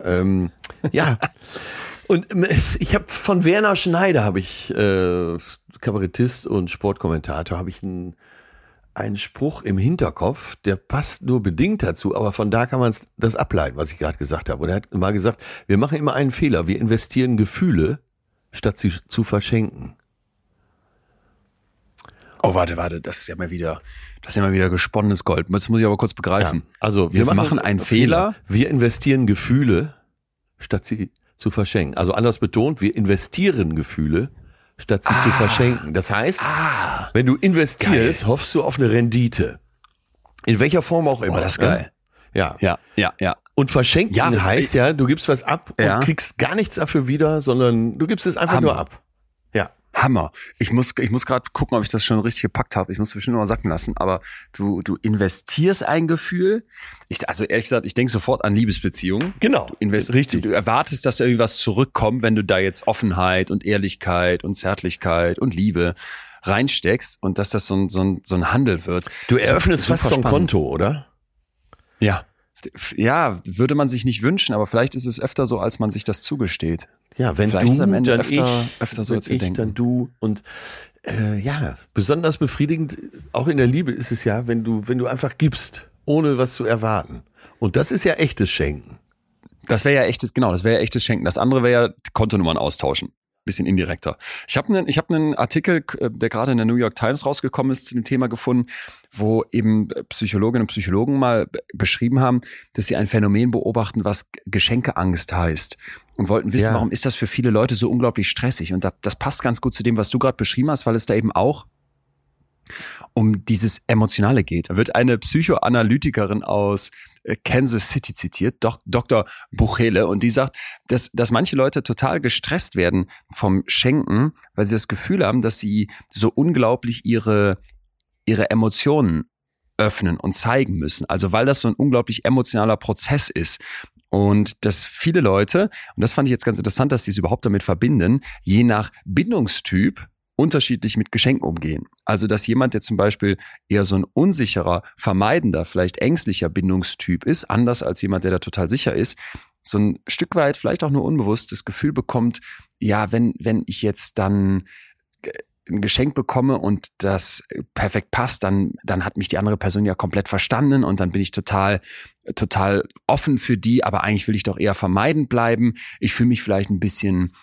und ich habe von Werner Schneider, Kabarettist und Sportkommentator, habe ich einen Spruch im Hinterkopf, der passt nur bedingt dazu, aber von da kann man das ableiten, was ich gerade gesagt habe. Und er hat mal gesagt, wir machen immer einen Fehler, wir investieren Gefühle, statt sie zu verschenken. Oh, warte, das ist ja mal wieder gesponnenes Gold. Das muss ich aber kurz begreifen. Ja, also wir machen einen Fehler. Wir investieren Gefühle, statt sie zu verschenken. Also anders betont, wir investieren Gefühle, statt sie zu verschenken. Das heißt, wenn du investierst, hoffst du auf eine Rendite. In welcher Form auch immer. Oh, das ist geil. Ja. Ja. Und verschenken heißt du gibst was ab und kriegst gar nichts dafür wieder, sondern du gibst es einfach nur ab. Ja. Hammer. Ich muss gerade gucken, ob ich das schon richtig gepackt habe. Ich muss bestimmt noch mal sacken lassen. Aber du investierst ein Gefühl. Also ehrlich gesagt, ich denke sofort an Liebesbeziehungen. Genau. Richtig. Du erwartest, dass da irgendwie was zurückkommt, wenn du da jetzt Offenheit und Ehrlichkeit und Zärtlichkeit und Liebe reinsteckst und dass das so ein Handel wird. Du eröffnest fast so ein Konto, oder? Ja. Ja, würde man sich nicht wünschen, aber vielleicht ist es öfter so, als man sich das zugesteht. Ja, wenn vielleicht du, am Ende dann öfter so, als wir denken. Dann du und besonders befriedigend, auch in der Liebe ist es ja, wenn du einfach gibst, ohne was zu erwarten. Und das ist ja echtes Schenken. Das wäre ja echtes Schenken. Das andere wäre ja Kontonummern austauschen. bisschen indirekter. Ich habe einen Artikel, der gerade in der New York Times rausgekommen ist, zu dem Thema gefunden, wo eben Psychologinnen und Psychologen mal beschrieben haben, dass sie ein Phänomen beobachten, was Geschenkeangst heißt. Und wollten wissen, warum ist das für viele Leute so unglaublich stressig? Und das passt ganz gut zu dem, was du gerade beschrieben hast, weil es da eben auch um dieses Emotionale geht. Da wird eine Psychoanalytikerin aus Kansas City zitiert, Dr. Buchele, und die sagt, dass manche Leute total gestresst werden vom Schenken, weil sie das Gefühl haben, dass sie so unglaublich ihre Emotionen öffnen und zeigen müssen. Also weil das so ein unglaublich emotionaler Prozess ist. Und dass viele Leute, und das fand ich jetzt ganz interessant, dass die es überhaupt damit verbinden, je nach Bindungstyp unterschiedlich mit Geschenken umgehen. Also dass jemand, der zum Beispiel eher so ein unsicherer, vermeidender, vielleicht ängstlicher Bindungstyp ist, anders als jemand, der da total sicher ist, so ein Stück weit, vielleicht auch nur unbewusst, das Gefühl bekommt, ja, wenn ich jetzt dann ein Geschenk bekomme und das perfekt passt, dann hat mich die andere Person ja komplett verstanden und dann bin ich total offen für die, aber eigentlich will ich doch eher vermeidend bleiben. Ich fühle mich vielleicht ein bisschen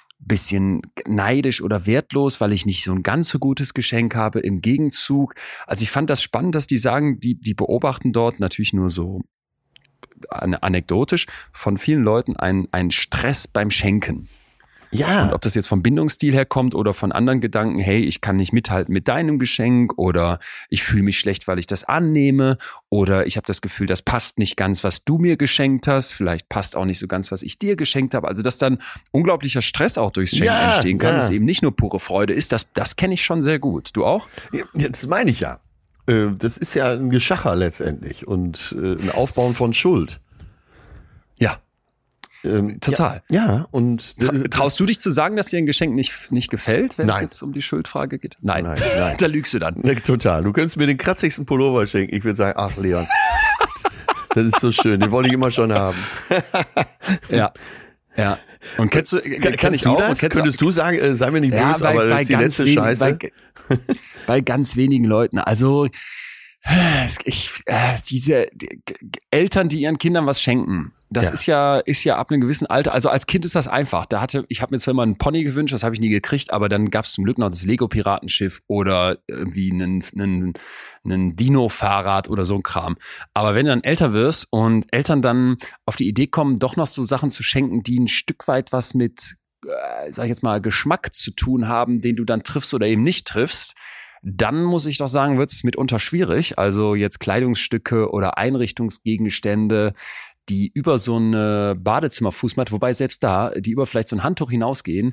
neidisch oder wertlos, weil ich nicht so ein ganz so gutes Geschenk habe im Gegenzug. Also ich fand das spannend, dass die sagen, die beobachten dort natürlich nur so anekdotisch von vielen Leuten einen Stress beim Schenken. Ja. Und ob das jetzt vom Bindungsstil her kommt oder von anderen Gedanken, hey, ich kann nicht mithalten mit deinem Geschenk oder ich fühle mich schlecht, weil ich das annehme oder ich habe das Gefühl, das passt nicht ganz, was du mir geschenkt hast, vielleicht passt auch nicht so ganz, was ich dir geschenkt habe. Also dass dann unglaublicher Stress auch durchs Schenken entstehen kann, dass eben nicht nur pure Freude ist, das kenne ich schon sehr gut. Du auch? Ja, das meine ich ja. Das ist ja ein Geschacher letztendlich und ein Aufbauen von Schuld. Ja. Total. Ja, und traust du dich zu sagen, dass dir ein Geschenk nicht gefällt, wenn es jetzt um die Schuldfrage geht? Nein. Da lügst du dann. Total. Du könntest mir den kratzigsten Pullover schenken. Ich würde sagen, ach Leon, das ist so schön. Den wollte ich immer schon haben. Ja. Und kann ich auch? Das? Könntest du sagen, sei mir nicht böse, aber das ist die letzte Scheiße? Bei ganz wenigen Leuten. Also diese Eltern, die ihren Kindern was schenken, das ist ja ab einem gewissen Alter, also als Kind ist das einfach. Ich habe mir zwar immer einen Pony gewünscht, das habe ich nie gekriegt, aber dann gab es zum Glück noch das Lego-Piratenschiff oder irgendwie einen Dino-Fahrrad oder so ein Kram. Aber wenn du dann älter wirst und Eltern dann auf die Idee kommen, doch noch so Sachen zu schenken, die ein Stück weit was mit, sag ich jetzt mal, Geschmack zu tun haben, den du dann triffst oder eben nicht triffst, dann muss ich doch sagen, wird es mitunter schwierig. Also jetzt Kleidungsstücke oder Einrichtungsgegenstände, die über so eine Badezimmerfußmatte, wobei selbst da, die über vielleicht so ein Handtuch hinausgehen,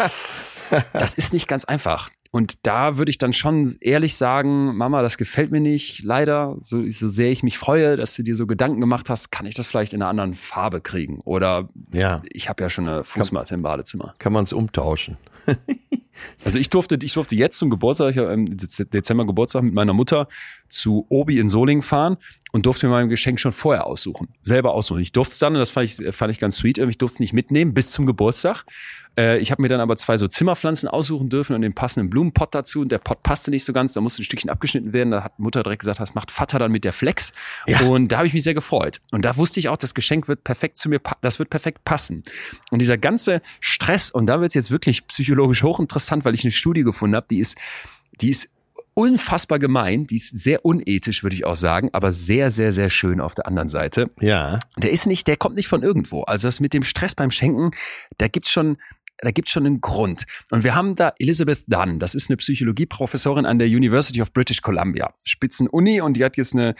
das ist nicht ganz einfach. Und da würde ich dann schon ehrlich sagen, Mama, das gefällt mir nicht, leider. So sehr ich mich freue, dass du dir so Gedanken gemacht hast, kann ich das vielleicht in einer anderen Farbe kriegen? Oder ich habe ja schon eine Fußmatte im Badezimmer. Kann man es umtauschen? Also ich durfte jetzt zum Geburtstag, ich habe im Dezember Geburtstag mit meiner Mutter zu Obi in Solingen fahren und durfte mir mein Geschenk schon vorher selber aussuchen. Ich durfte es dann, und das fand ich ganz sweet, ich durfte es nicht mitnehmen bis zum Geburtstag. Ich habe mir dann aber 2 so Zimmerpflanzen aussuchen dürfen und den passenden Blumenpott dazu. Und der Pott passte nicht so ganz, da musste ein Stückchen abgeschnitten werden. Da hat Mutter direkt gesagt, das macht Vater dann mit der Flex. Ja. Und da habe ich mich sehr gefreut. Und da wusste ich auch, das Geschenk wird perfekt zu mir, das wird perfekt passen. Und dieser ganze Stress, und da wird es jetzt wirklich psychologisch hochinteressant, weil ich eine Studie gefunden habe, die ist unfassbar gemein, die ist sehr unethisch, würde ich auch sagen, aber sehr, sehr, sehr schön auf der anderen Seite. Ja. Der kommt nicht von irgendwo. Also das mit dem Stress beim Schenken, da gibt's schon einen Grund. Und wir haben da Elizabeth Dunn, das ist eine Psychologieprofessorin an der University of British Columbia, Spitzen-Uni, und die hat jetzt eine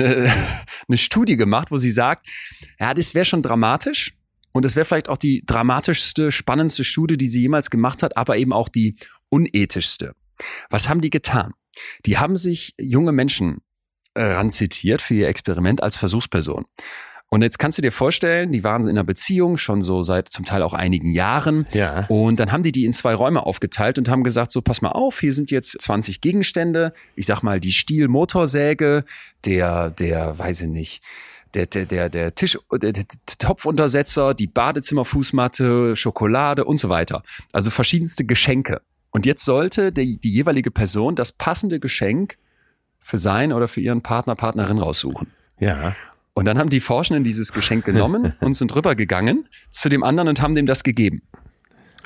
Studie gemacht, wo sie sagt, ja, das wäre schon dramatisch und das wäre vielleicht auch die dramatischste, spannendste Studie, die sie jemals gemacht hat, aber eben auch die unethischste. Was haben die getan? Die haben sich junge Menschen ranzitiert für ihr Experiment als Versuchsperson. Und jetzt kannst du dir vorstellen, die waren in einer Beziehung schon so seit zum Teil auch einigen Jahren. Ja. Und dann haben die in 2 Räume aufgeteilt und haben gesagt, so pass mal auf, hier sind jetzt 20 Gegenstände. Ich sag mal, die Stiel-Motorsäge, der weiß ich nicht, der Tisch, der Topfuntersetzer, die Badezimmerfußmatte, Schokolade und so weiter. Also verschiedenste Geschenke. Und jetzt sollte die jeweilige Person das passende Geschenk für sein oder für ihren Partner, Partnerin raussuchen. Ja. Und dann haben die Forschenden dieses Geschenk genommen und sind rübergegangen zu dem anderen und haben dem das gegeben.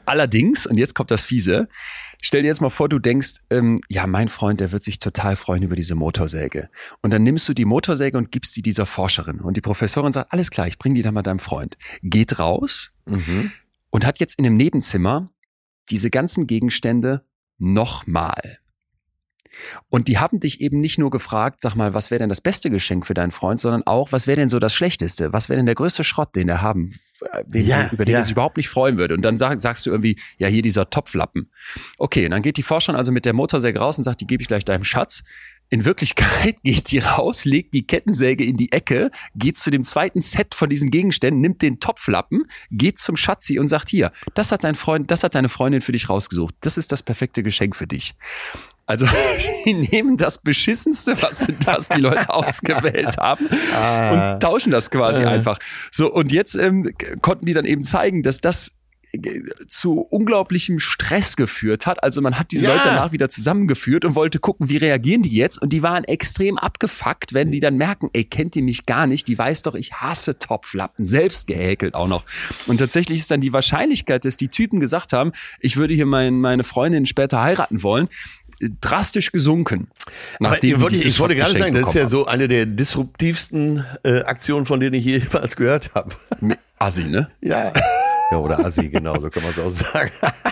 Allerdings, und jetzt kommt das Fiese, stell dir jetzt mal vor, du denkst, ja, mein Freund, der wird sich total freuen über diese Motorsäge. Und dann nimmst du die Motorsäge und gibst sie dieser Forscherin. Und die Professorin sagt, alles klar, ich bring die dann mal deinem Freund. Geht raus und hat jetzt in einem Nebenzimmer diese ganzen Gegenstände nochmal. Und die haben dich eben nicht nur gefragt, sag mal, was wäre denn das beste Geschenk für deinen Freund, sondern auch, was wäre denn so das Schlechteste? Was wäre denn der größte Schrott, den er haben, über den er sich überhaupt nicht freuen würde? Und dann sagst du irgendwie, ja, hier dieser Topflappen. Okay, und dann geht die Forscherin also mit der Motorsäge raus und sagt, die gebe ich gleich deinem Schatz. In Wirklichkeit geht die raus, legt die Kettensäge in die Ecke, geht zu dem zweiten Set von diesen Gegenständen, nimmt den Topflappen, geht zum Schatzi und sagt, hier, das hat deine Freundin für dich rausgesucht. Das ist das perfekte Geschenk für dich. Also die nehmen das Beschissenste, was die Leute ausgewählt haben und tauschen das quasi einfach. So, und jetzt konnten die dann eben zeigen, dass das zu unglaublichem Stress geführt hat. Also man hat diese Leute danach wieder zusammengeführt und wollte gucken, wie reagieren die jetzt? Und die waren extrem abgefuckt, wenn die dann merken, ey, kennt die mich gar nicht? Die weiß doch, ich hasse Topflappen, selbst gehäkelt auch noch. Und tatsächlich ist dann die Wahrscheinlichkeit, dass die Typen gesagt haben, ich würde hier meine Freundin später heiraten wollen, drastisch gesunken. Ich wollte gerade sagen, das ist ja so eine der disruptivsten Aktionen, von denen ich jemals gehört habe. Assi, ne? Ja. Ja, oder Assi, genau, so kann man es auch sagen.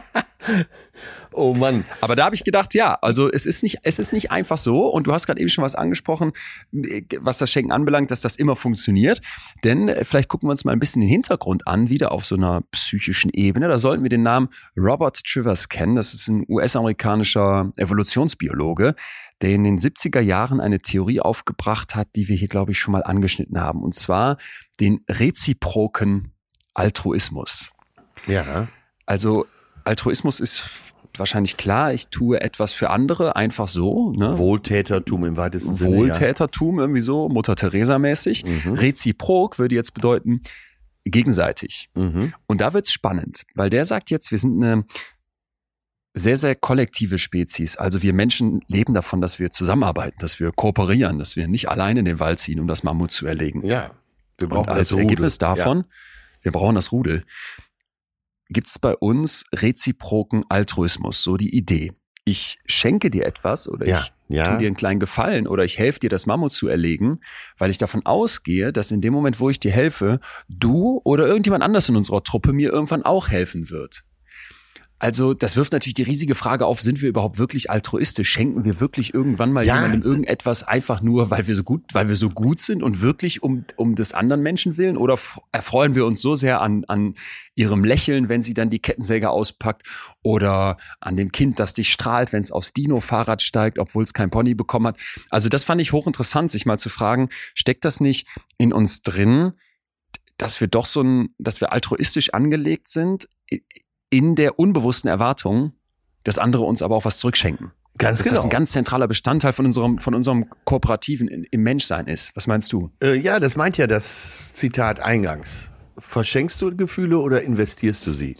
Oh Mann. Aber da habe ich gedacht, ja, also es ist nicht einfach so, und du hast gerade eben schon was angesprochen, was das Schenken anbelangt, dass das immer funktioniert. Denn vielleicht gucken wir uns mal ein bisschen den Hintergrund an, wieder auf so einer psychischen Ebene. Da sollten wir den Namen Robert Trivers kennen. Das ist ein US-amerikanischer Evolutionsbiologe, der in den 70er Jahren eine Theorie aufgebracht hat, die wir hier, glaube ich, schon mal angeschnitten haben. Und zwar den reziproken Altruismus. Ja. Also Altruismus ist wahrscheinlich klar, ich tue etwas für andere, einfach so. Ne? Wohltätertum im weitesten Sinne. Wohltätertum, irgendwie so, Mutter Teresa-mäßig. Reziprok würde jetzt bedeuten, gegenseitig. Und da wird's spannend, weil der sagt jetzt, wir sind eine sehr, sehr kollektive Spezies. Also wir Menschen leben davon, dass wir zusammenarbeiten, dass wir kooperieren, dass wir nicht alleine in den Wald ziehen, um das Mammut zu erlegen. Ja. Wir brauchen als Ergebnis davon, wir brauchen das Rudel. Gibt es bei uns reziproken Altruismus, so die Idee. Ich schenke dir etwas oder ich tue dir einen kleinen Gefallen oder ich helfe dir, das Mammut zu erlegen, weil ich davon ausgehe, dass in dem Moment, wo ich dir helfe, du oder irgendjemand anders in unserer Truppe mir irgendwann auch helfen wird. Also das wirft natürlich die riesige Frage auf, sind wir überhaupt wirklich altruistisch? Schenken wir wirklich irgendwann mal jemandem irgendetwas einfach nur, weil wir so gut sind und wirklich um des anderen Menschen willen? Oder erfreuen wir uns so sehr an ihrem Lächeln, wenn sie dann die Kettensäge auspackt, oder an dem Kind, das dich strahlt, wenn es aufs Dino-Fahrrad steigt, obwohl es kein Pony bekommen hat? Also das fand ich hochinteressant, sich mal zu fragen, steckt das nicht in uns drin, dass wir doch dass wir altruistisch angelegt sind, in der unbewussten Erwartung, dass andere uns aber auch was zurückschenken. Ganz dass das ein ganz zentraler Bestandteil von unserem Kooperativen im Menschsein ist. Was meinst du? Ja, das meint ja das Zitat eingangs. Verschenkst du Gefühle oder investierst du sie?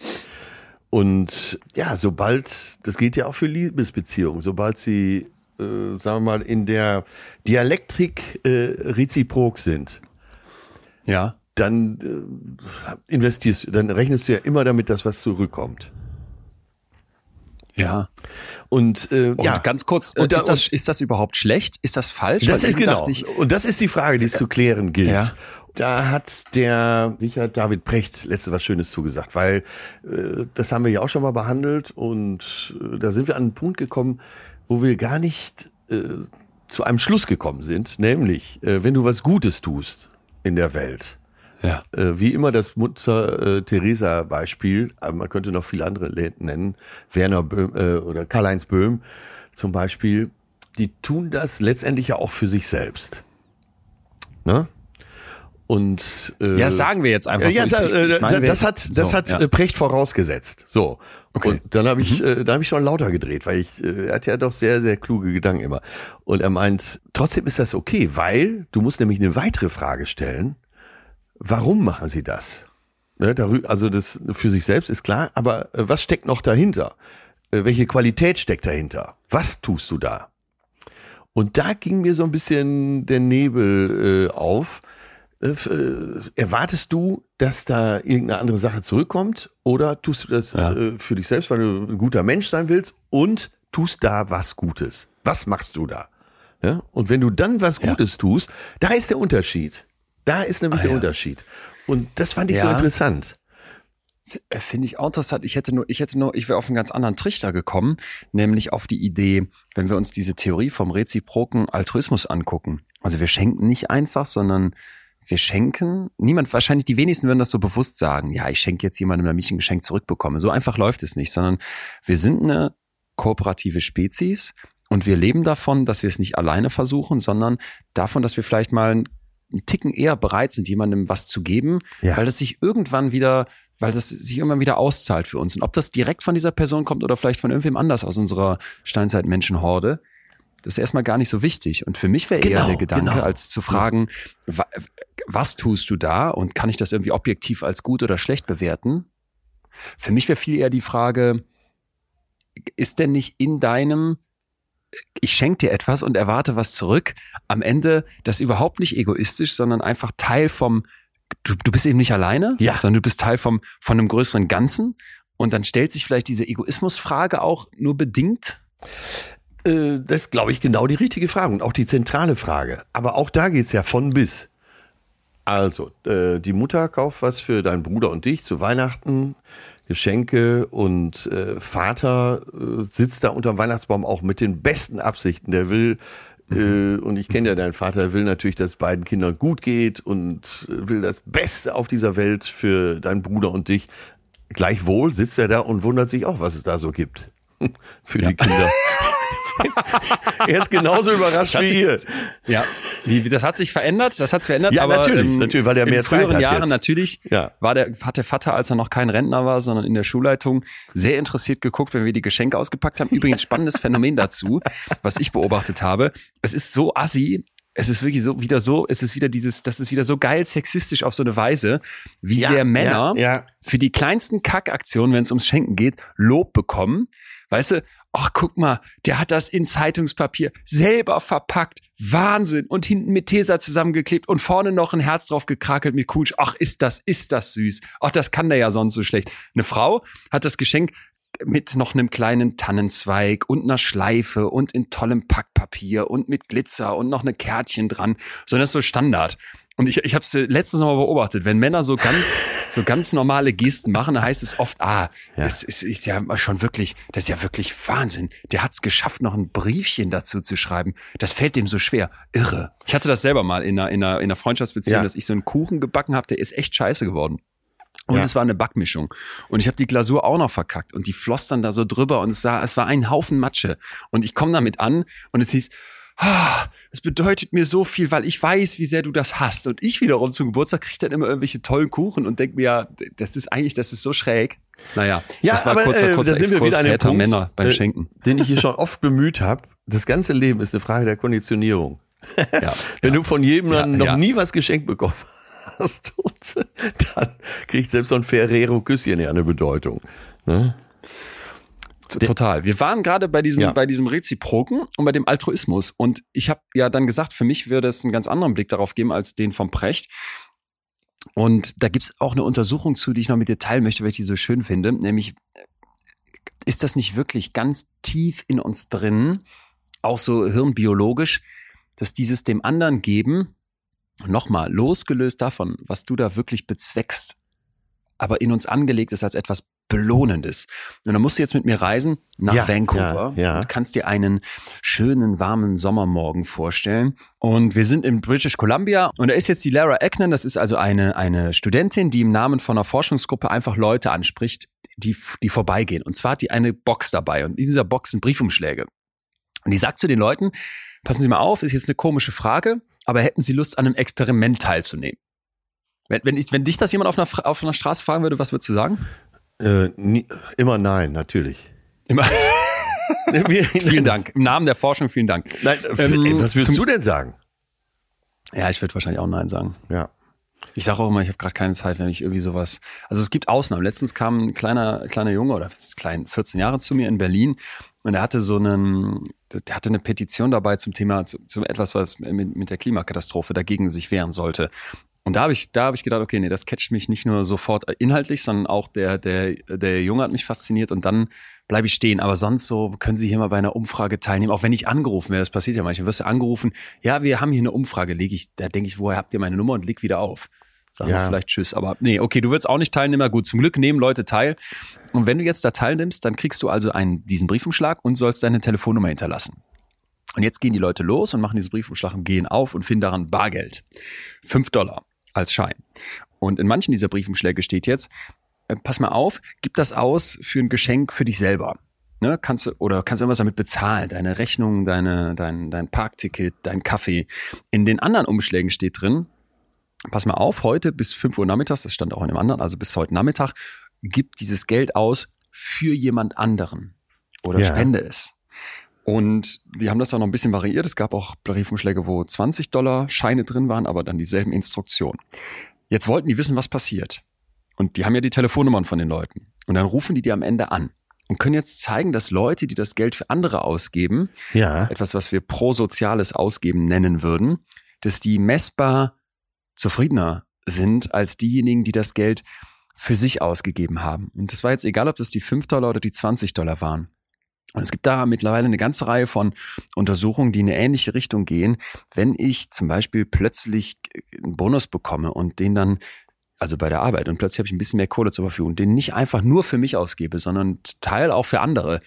Und ja, das gilt ja auch für Liebesbeziehungen, sobald sie, sagen wir mal, in der Dialektik reziprok sind. Ja. Dann dann rechnest du ja immer damit, dass was zurückkommt. Ja. Und ganz kurz, ist das überhaupt schlecht? Ist das falsch? Das ist genau. Und das ist die Frage, die es zu klären gilt. Ja. Da hat der Richard David Precht letztens was Schönes zugesagt, weil das haben wir ja auch schon mal behandelt und da sind wir an einen Punkt gekommen, wo wir gar nicht zu einem Schluss gekommen sind, nämlich wenn du was Gutes tust in der Welt. Ja. Wie immer das Mutter-Teresa-Beispiel, aber man könnte noch viele andere nennen, Werner Böhm oder Karl-Heinz Böhm zum Beispiel, die tun das letztendlich ja auch für sich selbst. Ne? Und sagen wir jetzt einfach so. Das hat Precht vorausgesetzt. So. Okay. Und dann habe ich schon lauter gedreht, weil er hat ja doch sehr, sehr kluge Gedanken immer. Und er meint, trotzdem ist das okay, weil du musst nämlich eine weitere Frage stellen. Warum machen sie das? Ne, also das für sich selbst ist klar, aber was steckt noch dahinter? Welche Qualität steckt dahinter? Was tust du da? Und da ging mir so ein bisschen der Nebel auf. erwartest du, dass da irgendeine andere Sache zurückkommt oder tust du das für dich selbst, weil du ein guter Mensch sein willst und tust da was Gutes? Was machst du da? Ja? Und wenn du dann was Gutes tust, da ist der Unterschied. Da ist nämlich der Unterschied. Und das fand ich so interessant. Finde ich auch interessant. Ich wäre auf einen ganz anderen Trichter gekommen, nämlich auf die Idee, wenn wir uns diese Theorie vom reziproken Altruismus angucken. Also wir schenken nicht einfach, sondern wir schenken. Wahrscheinlich die wenigsten würden das so bewusst sagen. Ja, ich schenke jetzt jemandem, damit ich ein Geschenk zurückbekomme. So einfach läuft es nicht, sondern wir sind eine kooperative Spezies und wir leben davon, dass wir es nicht alleine versuchen, sondern davon, dass wir vielleicht mal einen Ticken eher bereit sind, jemandem was zu geben, weil das sich irgendwann wieder auszahlt für uns. Und ob das direkt von dieser Person kommt oder vielleicht von irgendwem anders aus unserer Steinzeit-Menschenhorde, das ist erstmal gar nicht so wichtig. Und für mich wäre eher der Gedanke, als zu fragen, was tust du da und kann ich das irgendwie objektiv als gut oder schlecht bewerten? Für mich wäre viel eher die Frage, ist denn nicht in deinem ich schenke dir etwas und erwarte was zurück, am Ende das überhaupt nicht egoistisch, sondern einfach Teil du bist eben nicht alleine, sondern du bist Teil von einem größeren Ganzen und dann stellt sich vielleicht diese Egoismusfrage auch nur bedingt? Das ist, glaube ich, genau die richtige Frage und auch die zentrale Frage. Aber auch da geht's ja von bis. Also, die Mutter kauft was für deinen Bruder und dich zu Weihnachten, Geschenke und Vater sitzt da unterm Weihnachtsbaum auch mit den besten Absichten. Der will, und ich kenne ja deinen Vater, der will natürlich, dass es beiden Kindern gut geht und will das Beste auf dieser Welt für deinen Bruder und dich. Gleichwohl sitzt er da und wundert sich auch, was es da so gibt für die Kinder. Er ist genauso überrascht wie ihr. Ja, das hat sich verändert. Ja, aber natürlich, weil er mehr Zeit hat. In früheren Jahren jetzt. Natürlich hat der Vater, als er noch kein Rentner war, sondern in der Schulleitung, sehr interessiert geguckt, wenn wir die Geschenke ausgepackt haben. Übrigens spannendes Phänomen dazu, was ich beobachtet habe. Es ist so assi. Es ist wirklich das ist wieder so geil sexistisch auf so eine Weise, wie sehr Männer für die kleinsten Kackaktionen, wenn es ums Schenken geht, Lob bekommen. Weißt du, ach, guck mal, der hat das in Zeitungspapier selber verpackt. Wahnsinn. Und hinten mit Tesa zusammengeklebt und vorne noch ein Herz drauf gekrakelt mit Kutsch. Ach, ist das süß. Ach, das kann der ja sonst so schlecht. Eine Frau hat das Geschenk mit noch einem kleinen Tannenzweig und einer Schleife und in tollem Packpapier und mit Glitzer und noch eine Kärtchen dran. So, das ist so Standard. Und ich habe es letztens noch mal beobachtet, wenn Männer so ganz normale Gesten machen, dann heißt es oft, das ist ja schon wirklich, das ist ja wirklich Wahnsinn. Der hat es geschafft, noch ein Briefchen dazu zu schreiben. Das fällt dem so schwer. Irre. Ich hatte das selber mal in einer Freundschaftsbeziehung, dass ich so einen Kuchen gebacken habe, der ist echt scheiße geworden. Und es war eine Backmischung. Und ich habe die Glasur auch noch verkackt. Und die floss dann da so drüber und es war ein Haufen Matsche. Und ich komme damit an und es hieß, es bedeutet mir so viel, weil ich weiß, wie sehr du das hast. Und ich wiederum zum Geburtstag kriege dann immer irgendwelche tollen Kuchen und denke mir, das ist so schräg. Naja, das war aber, kurzer da sind wir wieder an dem Punkt, Männer beim Schenken. Den ich hier schon oft bemüht habe. Das ganze Leben ist eine Frage der Konditionierung. Wenn du von jedem noch nie was geschenkt bekommen hast, dann kriegt selbst so ein Ferrero-Küsschen ja eine Bedeutung. Ne? Total. Wir waren gerade bei diesem Reziproken und bei dem Altruismus. Und ich habe ja dann gesagt, für mich würde es einen ganz anderen Blick darauf geben als den vom Precht. Und da gibt's auch eine Untersuchung zu, die ich noch mit dir teilen möchte, weil ich die so schön finde. Nämlich, ist das nicht wirklich ganz tief in uns drin, auch so hirnbiologisch, dass dieses dem anderen geben, nochmal losgelöst davon, was du da wirklich bezweckst, aber in uns angelegt ist als etwas Belohnendes. Und dann musst du jetzt mit mir reisen nach Vancouver und kannst dir einen schönen, warmen Sommermorgen vorstellen. Und wir sind in British Columbia und da ist jetzt die Lara Eknan, das ist also eine Studentin, die im Namen von einer Forschungsgruppe einfach Leute anspricht, die vorbeigehen. Und zwar hat die eine Box dabei und in dieser Box sind Briefumschläge. Und die sagt zu den Leuten, passen Sie mal auf, ist jetzt eine komische Frage, aber hätten Sie Lust, an einem Experiment teilzunehmen? Wenn dich das jemand auf einer Straße fragen würde, was würdest du sagen? Immer nein, natürlich. Immer. Vielen Dank. Im Namen der Forschung, vielen Dank. Nein, was würdest du denn sagen? Ja, ich würde wahrscheinlich auch nein sagen. Ja. Ich sage auch immer, ich habe gerade keine Zeit, wenn ich irgendwie sowas. Also es gibt Ausnahmen. Letztens kam ein kleiner Junge oder 14 Jahre zu mir in Berlin und er hatte eine Petition dabei zum Thema, zum etwas, was mit der Klimakatastrophe dagegen sich wehren sollte. Und da habe ich gedacht, okay, nee, das catcht mich nicht nur sofort inhaltlich, sondern auch der Junge hat mich fasziniert und dann bleibe ich stehen. Aber sonst so, können Sie hier mal bei einer Umfrage teilnehmen, auch wenn ich angerufen werde, das passiert ja manchmal, wirst du angerufen, ja, wir haben hier eine Umfrage, da denke ich, woher habt ihr meine Nummer und leg wieder auf. Sagen wir vielleicht tschüss, aber nee, okay, du willst auch nicht teilnehmen, gut, zum Glück nehmen Leute teil. Und wenn du jetzt da teilnimmst, dann kriegst du also diesen Briefumschlag und sollst deine Telefonnummer hinterlassen. Und jetzt gehen die Leute los und machen diesen Briefumschlag und gehen auf und finden daran Bargeld. $5 als Schein. Und in manchen dieser Briefumschläge steht jetzt, pass mal auf, gib das aus für ein Geschenk für dich selber. Ne, kannst du irgendwas damit bezahlen, deine Rechnung, dein Parkticket, dein Kaffee. In den anderen Umschlägen steht drin, pass mal auf, heute bis 5 Uhr nachmittags, das stand auch in dem anderen, also bis heute Nachmittag, gib dieses Geld aus für jemand anderen oder spende es. Und die haben das auch noch ein bisschen variiert. Es gab auch Briefumschläge, wo $20 Scheine drin waren, aber dann dieselben Instruktionen. Jetzt wollten die wissen, was passiert. Und die haben ja die Telefonnummern von den Leuten. Und dann rufen die am Ende an und können jetzt zeigen, dass Leute, die das Geld für andere ausgeben, etwas, was wir prosoziales Ausgeben nennen würden, dass die messbar zufriedener sind als diejenigen, die das Geld für sich ausgegeben haben. Und das war jetzt egal, ob das die $5 oder die $20 waren. Und es gibt da mittlerweile eine ganze Reihe von Untersuchungen, die in eine ähnliche Richtung gehen. Wenn ich zum Beispiel plötzlich einen Bonus bekomme und den dann, also bei der Arbeit, und plötzlich habe ich ein bisschen mehr Kohle zur Verfügung, den nicht einfach nur für mich ausgebe, sondern Teil auch für andere.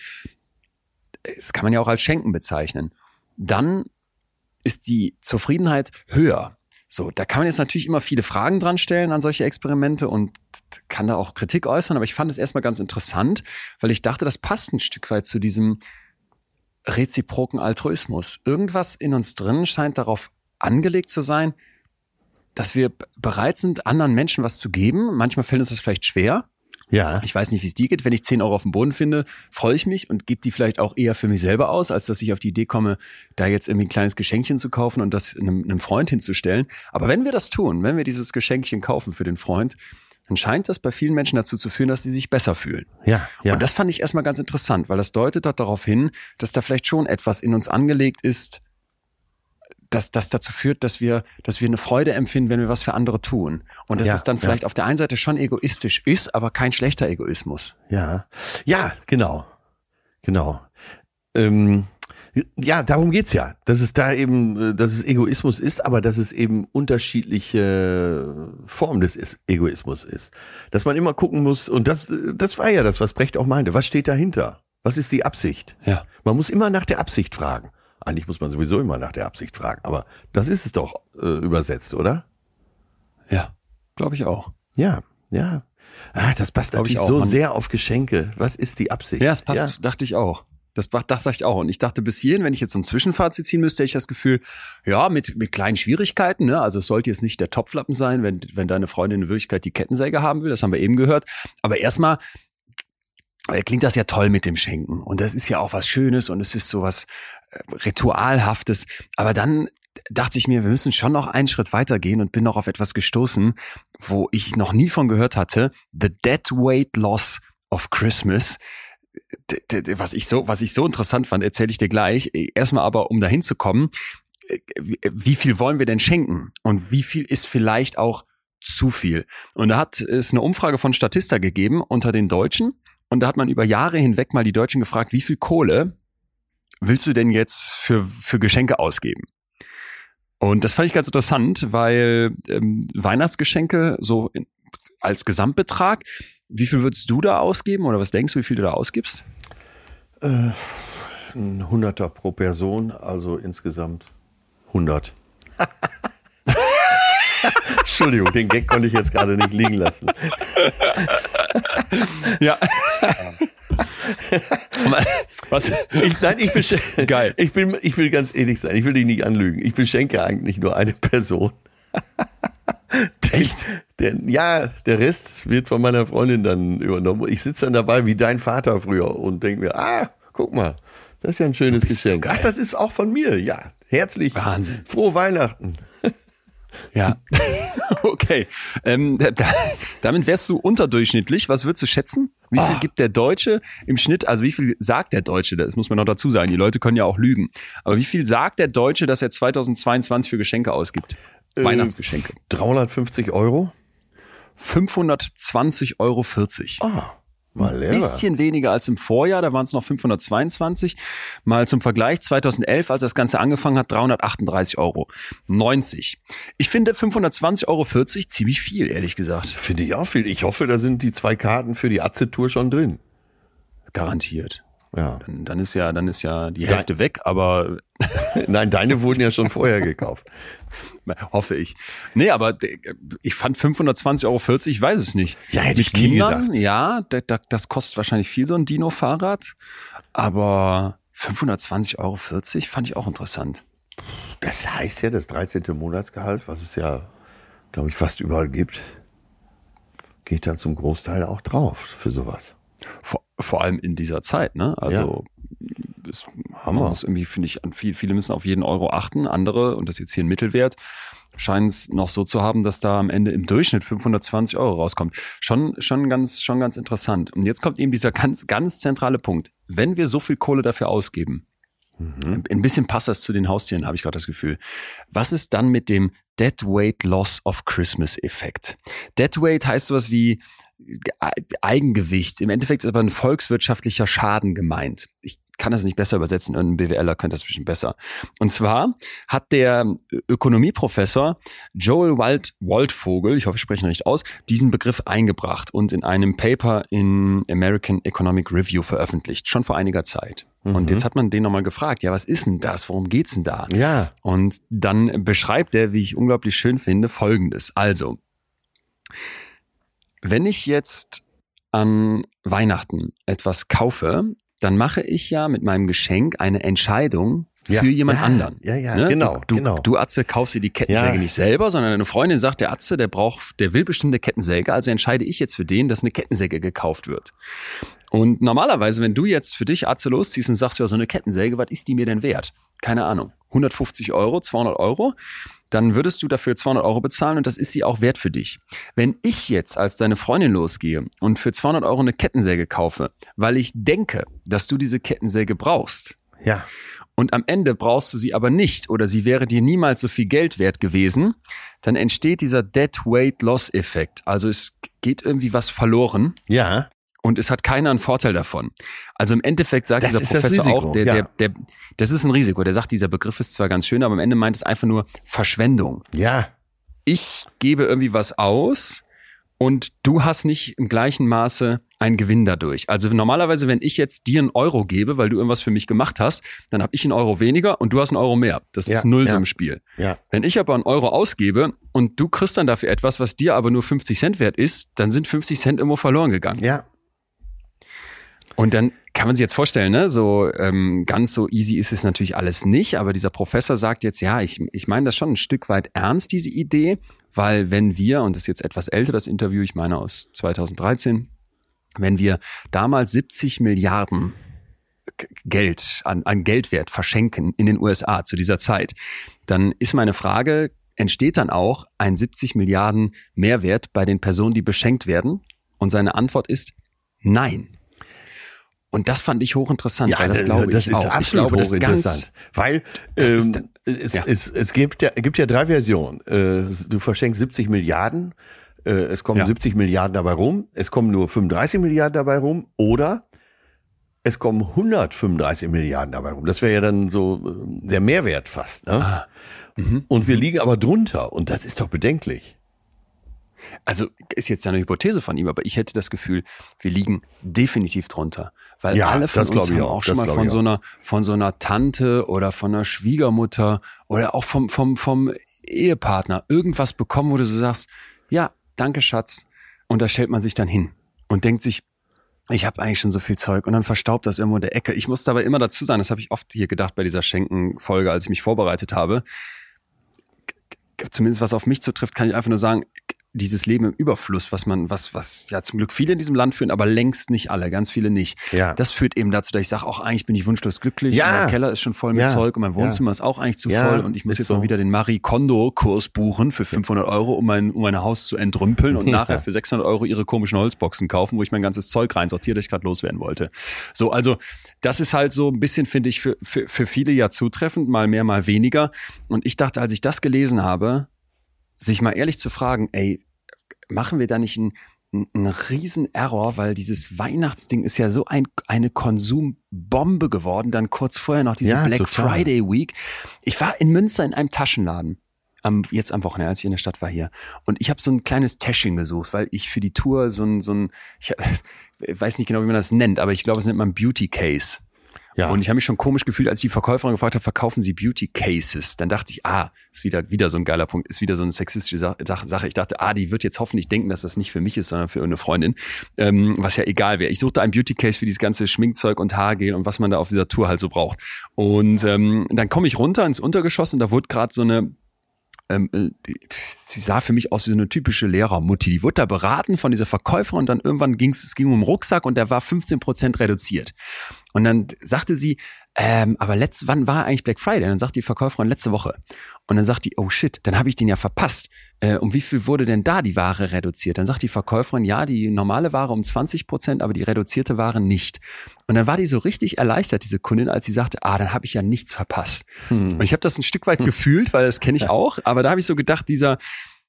Das kann man ja auch als Schenken bezeichnen. Dann ist die Zufriedenheit höher. So, da kann man jetzt natürlich immer viele Fragen dran stellen an solche Experimente und kann da auch Kritik äußern, aber ich fand es erstmal ganz interessant, weil ich dachte, das passt ein Stück weit zu diesem reziproken Altruismus. Irgendwas in uns drin scheint darauf angelegt zu sein, dass wir bereit sind, anderen Menschen was zu geben. Manchmal fällt uns das vielleicht schwer. Ja. Ich weiß nicht, wie es dir geht. Wenn ich 10 Euro auf dem Boden finde, freue ich mich und gebe die vielleicht auch eher für mich selber aus, als dass ich auf die Idee komme, da jetzt irgendwie ein kleines Geschenkchen zu kaufen und das einem Freund hinzustellen. Aber wenn wir das tun, wenn wir dieses Geschenkchen kaufen für den Freund, dann scheint das bei vielen Menschen dazu zu führen, dass sie sich besser fühlen. Ja. Und das fand ich erstmal ganz interessant, weil das deutet darauf hin, dass da vielleicht schon etwas in uns angelegt ist, das dazu führt, dass wir eine Freude empfinden, wenn wir was für andere tun. Und dass es dann vielleicht auf der einen Seite schon egoistisch ist, aber kein schlechter Egoismus. Ja, genau. Darum geht's ja. Dass es da eben, dass es Egoismus ist, aber dass es eben unterschiedliche Formen des Egoismus ist. Dass man immer gucken muss, und das war ja das, was Brecht auch meinte. Was steht dahinter? Was ist die Absicht? Ja. Man muss immer nach der Absicht fragen. Eigentlich muss man sowieso immer nach der Absicht fragen, aber das ist es doch übersetzt, oder? Ja, glaube ich auch. Ja. Das passt natürlich so sehr auf Geschenke. Was ist die Absicht? Ja, das passt, dachte ich auch. Das dachte ich auch. Und ich dachte bis hierhin, wenn ich jetzt so ein Zwischenfazit ziehen müsste, hätte ich das Gefühl, ja, mit kleinen Schwierigkeiten, ne? Also es sollte jetzt nicht der Topflappen sein, wenn deine Freundin in Wirklichkeit die Kettensäge haben will, das haben wir eben gehört. Aber erstmal klingt das ja toll mit dem Schenken. Und das ist ja auch was Schönes und es ist so was Ritualhaftes. Aber dann dachte ich mir, wir müssen schon noch einen Schritt weitergehen und bin noch auf etwas gestoßen, wo ich noch nie von gehört hatte. The Dead Weight Loss of Christmas. Was ich so interessant fand, erzähle ich dir gleich. Erstmal aber, um dahin zu kommen, wie viel wollen wir denn schenken? Und wie viel ist vielleicht auch zu viel? Und da hat es eine Umfrage von Statista gegeben unter den Deutschen. Und da hat man über Jahre hinweg mal die Deutschen gefragt, wie viel Kohle willst du denn jetzt für Geschenke ausgeben? Und das fand ich ganz interessant, weil Weihnachtsgeschenke so als Gesamtbetrag, wie viel würdest du da ausgeben oder was denkst du, wie viel du da ausgibst? Ein 100er pro Person, also insgesamt 100. Entschuldigung, den Gag konnte ich jetzt gerade nicht liegen lassen. Ja. Was? Geil. Ich will ganz ehrlich sein, ich will dich nicht anlügen. Ich beschenke eigentlich nur eine Person. Echt? Der Rest wird von meiner Freundin dann übernommen. Ich sitze dann dabei wie dein Vater früher und denke mir, guck mal, das ist ja ein schönes Geschenk. So, ach, das ist auch von mir, ja. Herzlich. Wahnsinn. Frohe Weihnachten. Ja, okay. Damit wärst du unterdurchschnittlich. Was würdest du schätzen? Wie viel gibt der Deutsche im Schnitt? Also wie viel sagt der Deutsche? Das muss man noch dazu sagen. Die Leute können ja auch lügen. Aber wie viel sagt der Deutsche, dass er 2022 für Geschenke ausgibt? Weihnachtsgeschenke. 350 Euro? 520,40 Euro. Mal Ein bisschen weniger als im Vorjahr, da waren es noch 522. Mal zum Vergleich, 2011, als das Ganze angefangen hat, 338,90 Euro. Ich finde 520,40 Euro ziemlich viel, ehrlich gesagt. Finde ich auch viel. Ich hoffe, da sind die 2 Karten für die Atze-Tour schon drin. Garantiert. Ja. Dann ist ja die Hälfte weg, aber Nein, deine wurden ja schon vorher gekauft. hoffe ich. Nee, aber ich fand 520,40 Euro, ich weiß es nicht. Ja, hätte Mit ich nie Kindern, gedacht. ja, das kostet wahrscheinlich viel, so ein Dino-Fahrrad. Aber 520,40 Euro fand ich auch interessant. Das heißt ja, das 13. Monatsgehalt, was es ja, glaube ich, fast überall gibt, geht da zum Großteil auch drauf für sowas. Vor allem in dieser Zeit, ne? Also man muss irgendwie, finde ich, viele müssen auf jeden Euro achten. Andere, und das ist jetzt hier ein Mittelwert, scheinen es noch so zu haben, dass da am Ende im Durchschnitt 520 Euro rauskommt. Schon ganz interessant. Und jetzt kommt eben dieser ganz zentrale Punkt. Wenn wir so viel Kohle dafür ausgeben, ein bisschen passt das zu den Haustieren, habe ich gerade das Gefühl. Was ist dann mit dem Deadweight Loss of Christmas Effekt? Deadweight heißt sowas wie Eigengewicht. Im Endeffekt ist aber ein volkswirtschaftlicher Schaden gemeint. Ich kann das nicht besser übersetzen, ein BWLer könnte das bestimmt besser. Und zwar hat der Ökonomieprofessor Joel Waldvogel, ich hoffe, ich spreche ihn nicht aus, diesen Begriff eingebracht und in einem Paper in American Economic Review veröffentlicht, schon vor einiger Zeit. Und jetzt hat man den nochmal gefragt, ja, was ist denn das? Worum geht's denn da? Ja. Und dann beschreibt er, wie ich unglaublich schön finde, Folgendes. Also, wenn ich jetzt an Weihnachten etwas kaufe, dann mache ich ja mit meinem Geschenk eine Entscheidung für jemand anderen. Ja, ne? genau. Du Atze, kaufst dir die Kettensäge nicht selber, sondern deine Freundin sagt, der Atze, der will bestimmt eine Kettensäge, also entscheide ich jetzt für den, dass eine Kettensäge gekauft wird. Und normalerweise, wenn du jetzt für dich, Atze, losziehst und sagst, ja, so eine Kettensäge, was ist die mir denn wert? Keine Ahnung, 150 Euro, 200 Euro, dann würdest du dafür 200 Euro bezahlen und das ist sie auch wert für dich. Wenn ich jetzt als deine Freundin losgehe und für 200 Euro eine Kettensäge kaufe, weil ich denke, dass du diese Kettensäge brauchst, Ja. und am Ende brauchst du sie aber nicht oder sie wäre dir niemals so viel Geld wert gewesen, dann entsteht dieser Dead-Weight-Loss-Effekt. Also es geht irgendwie was verloren. Ja. Und es hat keiner einen Vorteil davon. Also im Endeffekt sagt Das dieser ist das Professor Risiko, auch, das ist ein Risiko. Der sagt, dieser Begriff ist zwar ganz schön, aber am Ende meint es einfach nur Verschwendung. Ja. Ich gebe irgendwie was aus und du hast nicht im gleichen Maße einen Gewinn dadurch. Also normalerweise, wenn ich jetzt dir einen Euro gebe, weil du irgendwas für mich gemacht hast, dann habe ich einen Euro weniger und du hast einen Euro mehr. Das ist Nullsummenspiel. Ja. Wenn ich aber einen Euro ausgebe und du kriegst dann dafür etwas, was dir aber nur 50 Cent wert ist, dann sind 50 Cent irgendwo verloren gegangen. Ja. Und dann kann man sich jetzt vorstellen, ne, so ganz so easy ist es natürlich alles nicht, aber dieser Professor sagt jetzt, ja, ich meine das schon ein Stück weit ernst, diese Idee, weil wenn wir, und das ist jetzt etwas älter, das Interview, ich meine aus 2013, wenn wir damals 70 Milliarden Geld an Geldwert verschenken in den USA zu dieser Zeit, dann ist meine Frage, entsteht dann auch ein 70 Milliarden Mehrwert bei den Personen, die beschenkt werden? Und seine Antwort ist nein. Und das fand ich hochinteressant, weil das glaube ich auch. Das ist absolut hochinteressant, weil es gibt ja 3 Versionen. Du verschenkst 70 Milliarden, es kommen 70 Milliarden dabei rum, es kommen nur 35 Milliarden dabei rum oder es kommen 135 Milliarden dabei rum. Das wäre ja dann so der Mehrwert fast. Ne? Und wir liegen aber drunter und das ist doch bedenklich. Also ist jetzt ja eine Hypothese von ihm, aber ich hätte das Gefühl, wir liegen definitiv drunter. Weil alle von uns haben auch schon mal von so einer Tante oder von einer Schwiegermutter oder auch vom Ehepartner irgendwas bekommen, wo du so sagst, ja, danke Schatz. Und da stellt man sich dann hin und denkt sich, ich habe eigentlich schon so viel Zeug und dann verstaubt das irgendwo in der Ecke. Ich muss dabei immer dazu sagen, das habe ich oft hier gedacht bei dieser Schenken-Folge, als ich mich vorbereitet habe. Zumindest was auf mich zutrifft, kann ich einfach nur sagen, dieses Leben im Überfluss, was ja zum Glück viele in diesem Land führen, aber längst nicht alle, ganz viele nicht. Ja. Das führt eben dazu, dass ich sage, auch eigentlich bin ich wunschlos glücklich. Ja. Und mein Keller ist schon voll mit Zeug und mein Wohnzimmer ist auch eigentlich zu voll und ich muss jetzt mal wieder den Marie Kondo-Kurs buchen für 500 Euro, um mein Haus zu entrümpeln und nachher für 600 Euro ihre komischen Holzboxen kaufen, wo ich mein ganzes Zeug reinsortiere, das ich gerade loswerden wollte. So, also das ist halt so ein bisschen, finde ich, für viele ja zutreffend, mal mehr, mal weniger. Und ich dachte, als ich das gelesen habe, sich mal ehrlich zu fragen, ey, machen wir da nicht einen riesen Error, weil dieses Weihnachtsding ist ja so eine Konsumbombe geworden, dann kurz vorher noch diese Black Friday Week. Ich war in Münster in einem Taschenladen, jetzt am Wochenende, als ich in der Stadt war hier. Und ich habe so ein kleines Täschchen gesucht, weil ich für die Tour ich weiß nicht genau, wie man das nennt, aber ich glaube, es nennt man Beauty Case. Ja. Und ich habe mich schon komisch gefühlt, als ich die Verkäuferin gefragt habe, verkaufen Sie Beauty Cases? Dann dachte ich, ist wieder so ein geiler Punkt, ist wieder so eine sexistische Sache. Ich dachte, die wird jetzt hoffentlich denken, dass das nicht für mich ist, sondern für eine Freundin, was ja egal wäre. Ich suchte ein Beauty Case für dieses ganze Schminkzeug und Haargel und was man da auf dieser Tour halt so braucht. Und dann komme ich runter ins Untergeschoss und da wurde gerade so eine sie sah für mich aus wie so eine typische Lehrermutti. Die wurde da beraten von dieser Verkäuferin und dann irgendwann ging um einen Rucksack und der war 15% reduziert. Und dann sagte sie, aber wann war eigentlich Black Friday? Und dann sagt die Verkäuferin letzte Woche. Und dann sagt die, oh shit, dann habe ich den ja verpasst. Um wie viel wurde denn da die Ware reduziert? Dann sagt die Verkäuferin, ja, die normale Ware um 20%, aber die reduzierte Ware nicht. Und dann war die so richtig erleichtert, diese Kundin, als sie sagte, dann habe ich ja nichts verpasst. Und ich habe das ein Stück weit gefühlt, weil das kenne ich auch, aber da habe ich so gedacht, dieser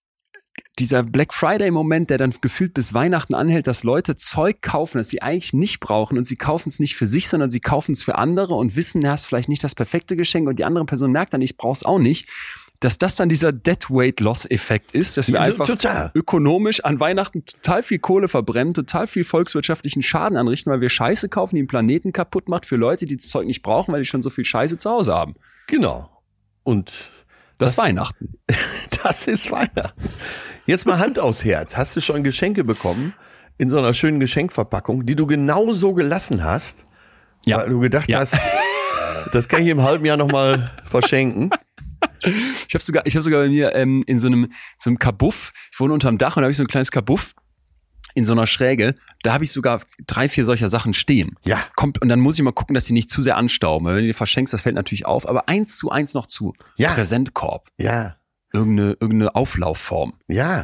Black Friday-Moment, der dann gefühlt bis Weihnachten anhält, dass Leute Zeug kaufen, das sie eigentlich nicht brauchen und sie kaufen es nicht für sich, sondern sie kaufen es für andere und wissen, das ist vielleicht nicht das perfekte Geschenk und die andere Person merkt dann, ich brauche es auch nicht, dass das dann dieser Dead-Weight-Loss-Effekt ist, dass wir einfach ökonomisch an Weihnachten total viel Kohle verbrennen, total viel volkswirtschaftlichen Schaden anrichten, weil wir Scheiße kaufen, die den Planeten kaputt macht für Leute, die das Zeug nicht brauchen, weil die schon so viel Scheiße zu Hause haben. Genau. Und das ist Weihnachten. Das ist Weihnachten. Jetzt mal Hand aufs Herz. Hast du schon Geschenke bekommen in so einer schönen Geschenkverpackung, die du genau so gelassen hast, weil du gedacht hast, das kann ich im halben Jahr nochmal verschenken? Ich habe sogar bei mir in so einem Kabuff, ich wohne unterm Dach und da habe ich so ein kleines Kabuff in so einer Schräge, da habe ich sogar 3-4 solcher Sachen stehen. Ja. Und dann muss ich mal gucken, dass die nicht zu sehr anstauben. Weil wenn du die verschenkst, das fällt natürlich auf, aber 1:1 noch zu. Ja. Präsentkorb. Ja. Irgendeine Auflaufform. Ja.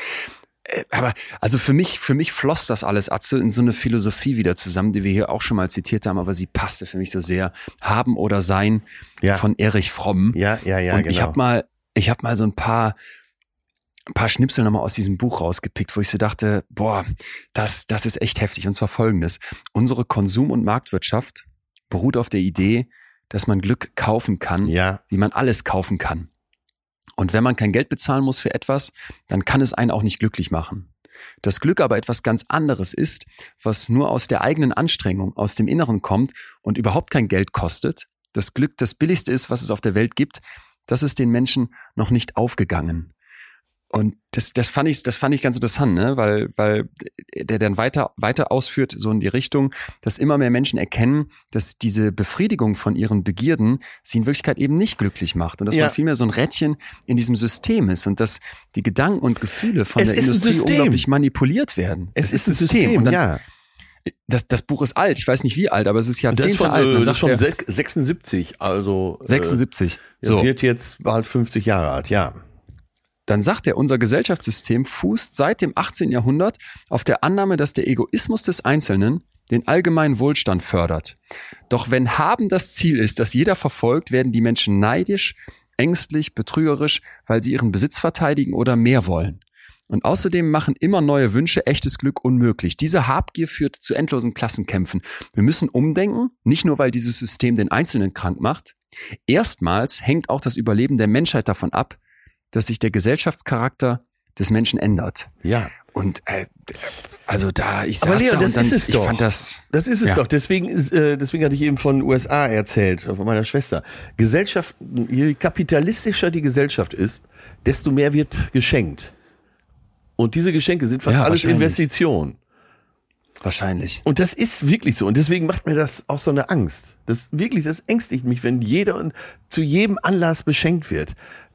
Aber also für mich floss das alles, Atze, in so eine Philosophie wieder zusammen, die wir hier auch schon mal zitiert haben, aber sie passte für mich so sehr. Haben oder Sein von Erich Fromm. Ja, und genau. Ich hab mal so ein paar Schnipsel nochmal aus diesem Buch rausgepickt, wo ich so dachte, das ist echt heftig. Und zwar Folgendes. Unsere Konsum- und Marktwirtschaft beruht auf der Idee, dass man Glück kaufen kann, wie man alles kaufen kann. Und wenn man kein Geld bezahlen muss für etwas, dann kann es einen auch nicht glücklich machen. Das Glück aber etwas ganz anderes ist, was nur aus der eigenen Anstrengung, aus dem Inneren kommt und überhaupt kein Geld kostet. Das Glück das Billigste ist, was es auf der Welt gibt, das ist den Menschen noch nicht aufgegangen. Und das fand ich ganz interessant, ne? Weil der dann weiter ausführt, so in die Richtung, dass immer mehr Menschen erkennen, dass diese Befriedigung von ihren Begierden sie in Wirklichkeit eben nicht glücklich macht und dass man vielmehr so ein Rädchen in diesem System ist und dass die Gedanken und Gefühle von der Industrie unglaublich manipuliert werden. Es ist ein System, und dann, Das Buch ist alt, ich weiß nicht wie alt, aber es ist Jahrzehnte alt. Das ist schon 76, also 76. So. Wird jetzt bald 50 Jahre alt, ja. Dann sagt er, unser Gesellschaftssystem fußt seit dem 18. Jahrhundert auf der Annahme, dass der Egoismus des Einzelnen den allgemeinen Wohlstand fördert. Doch wenn Haben das Ziel ist, das jeder verfolgt, werden die Menschen neidisch, ängstlich, betrügerisch, weil sie ihren Besitz verteidigen oder mehr wollen. Und außerdem machen immer neue Wünsche echtes Glück unmöglich. Diese Habgier führt zu endlosen Klassenkämpfen. Wir müssen umdenken, nicht nur, weil dieses System den Einzelnen krank macht. Erstmals hängt auch das Überleben der Menschheit davon ab, dass sich der Gesellschaftscharakter des Menschen ändert. Ja. Und also ich saß Leo, da und dann, ich fand das... Das ist es doch. Deswegen hatte ich eben von den USA erzählt, von meiner Schwester. Je kapitalistischer die Gesellschaft ist, desto mehr wird geschenkt. Und diese Geschenke sind fast alles Investitionen. Wahrscheinlich. Und das ist wirklich so. Und deswegen macht mir das auch so eine Angst. Das ängstigt mich, wenn jeder zu jedem Anlass beschenkt wird.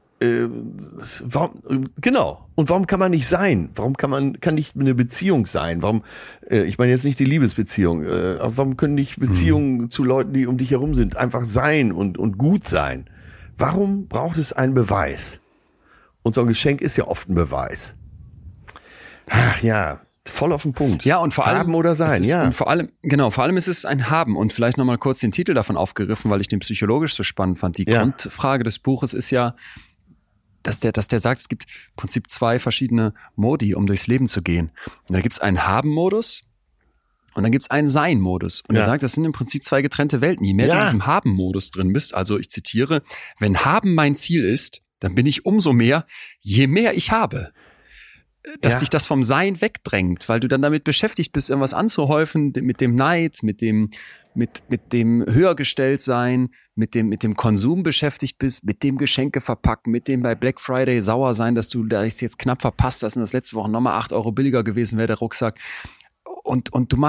Genau. Und warum kann man nicht sein? Warum kann nicht eine Beziehung sein? Warum, ich meine jetzt nicht die Liebesbeziehung, aber warum können nicht Beziehungen zu Leuten, die um dich herum sind, einfach sein und gut sein? Warum braucht es einen Beweis? Und so ein Geschenk ist ja oft ein Beweis. Ach ja, voll auf den Punkt. Ja, und vor allem haben oder sein, Und vor allem ist es ein Haben. Und vielleicht nochmal kurz den Titel davon aufgegriffen, weil ich den psychologisch so spannend fand. Die Grundfrage des Buches ist ja, dass der sagt, es gibt im Prinzip 2 verschiedene Modi, um durchs Leben zu gehen. Und da gibt es einen Haben-Modus und dann gibt es einen Sein-Modus. Und er sagt, das sind im Prinzip 2 getrennte Welten. Je mehr du in diesem Haben-Modus drin bist, also ich zitiere, wenn Haben mein Ziel ist, dann bin ich umso mehr, je mehr ich habe. Dass dich das vom Sein wegdrängt, weil du dann damit beschäftigt bist, irgendwas anzuhäufen, mit dem Neid, mit dem Höhergestelltsein, mit dem Konsum beschäftigt bist, mit dem Geschenke verpacken, mit dem bei Black Friday sauer sein, dass du da jetzt knapp verpasst hast und das letzte Woche nochmal 8 € billiger gewesen wäre, der Rucksack. Und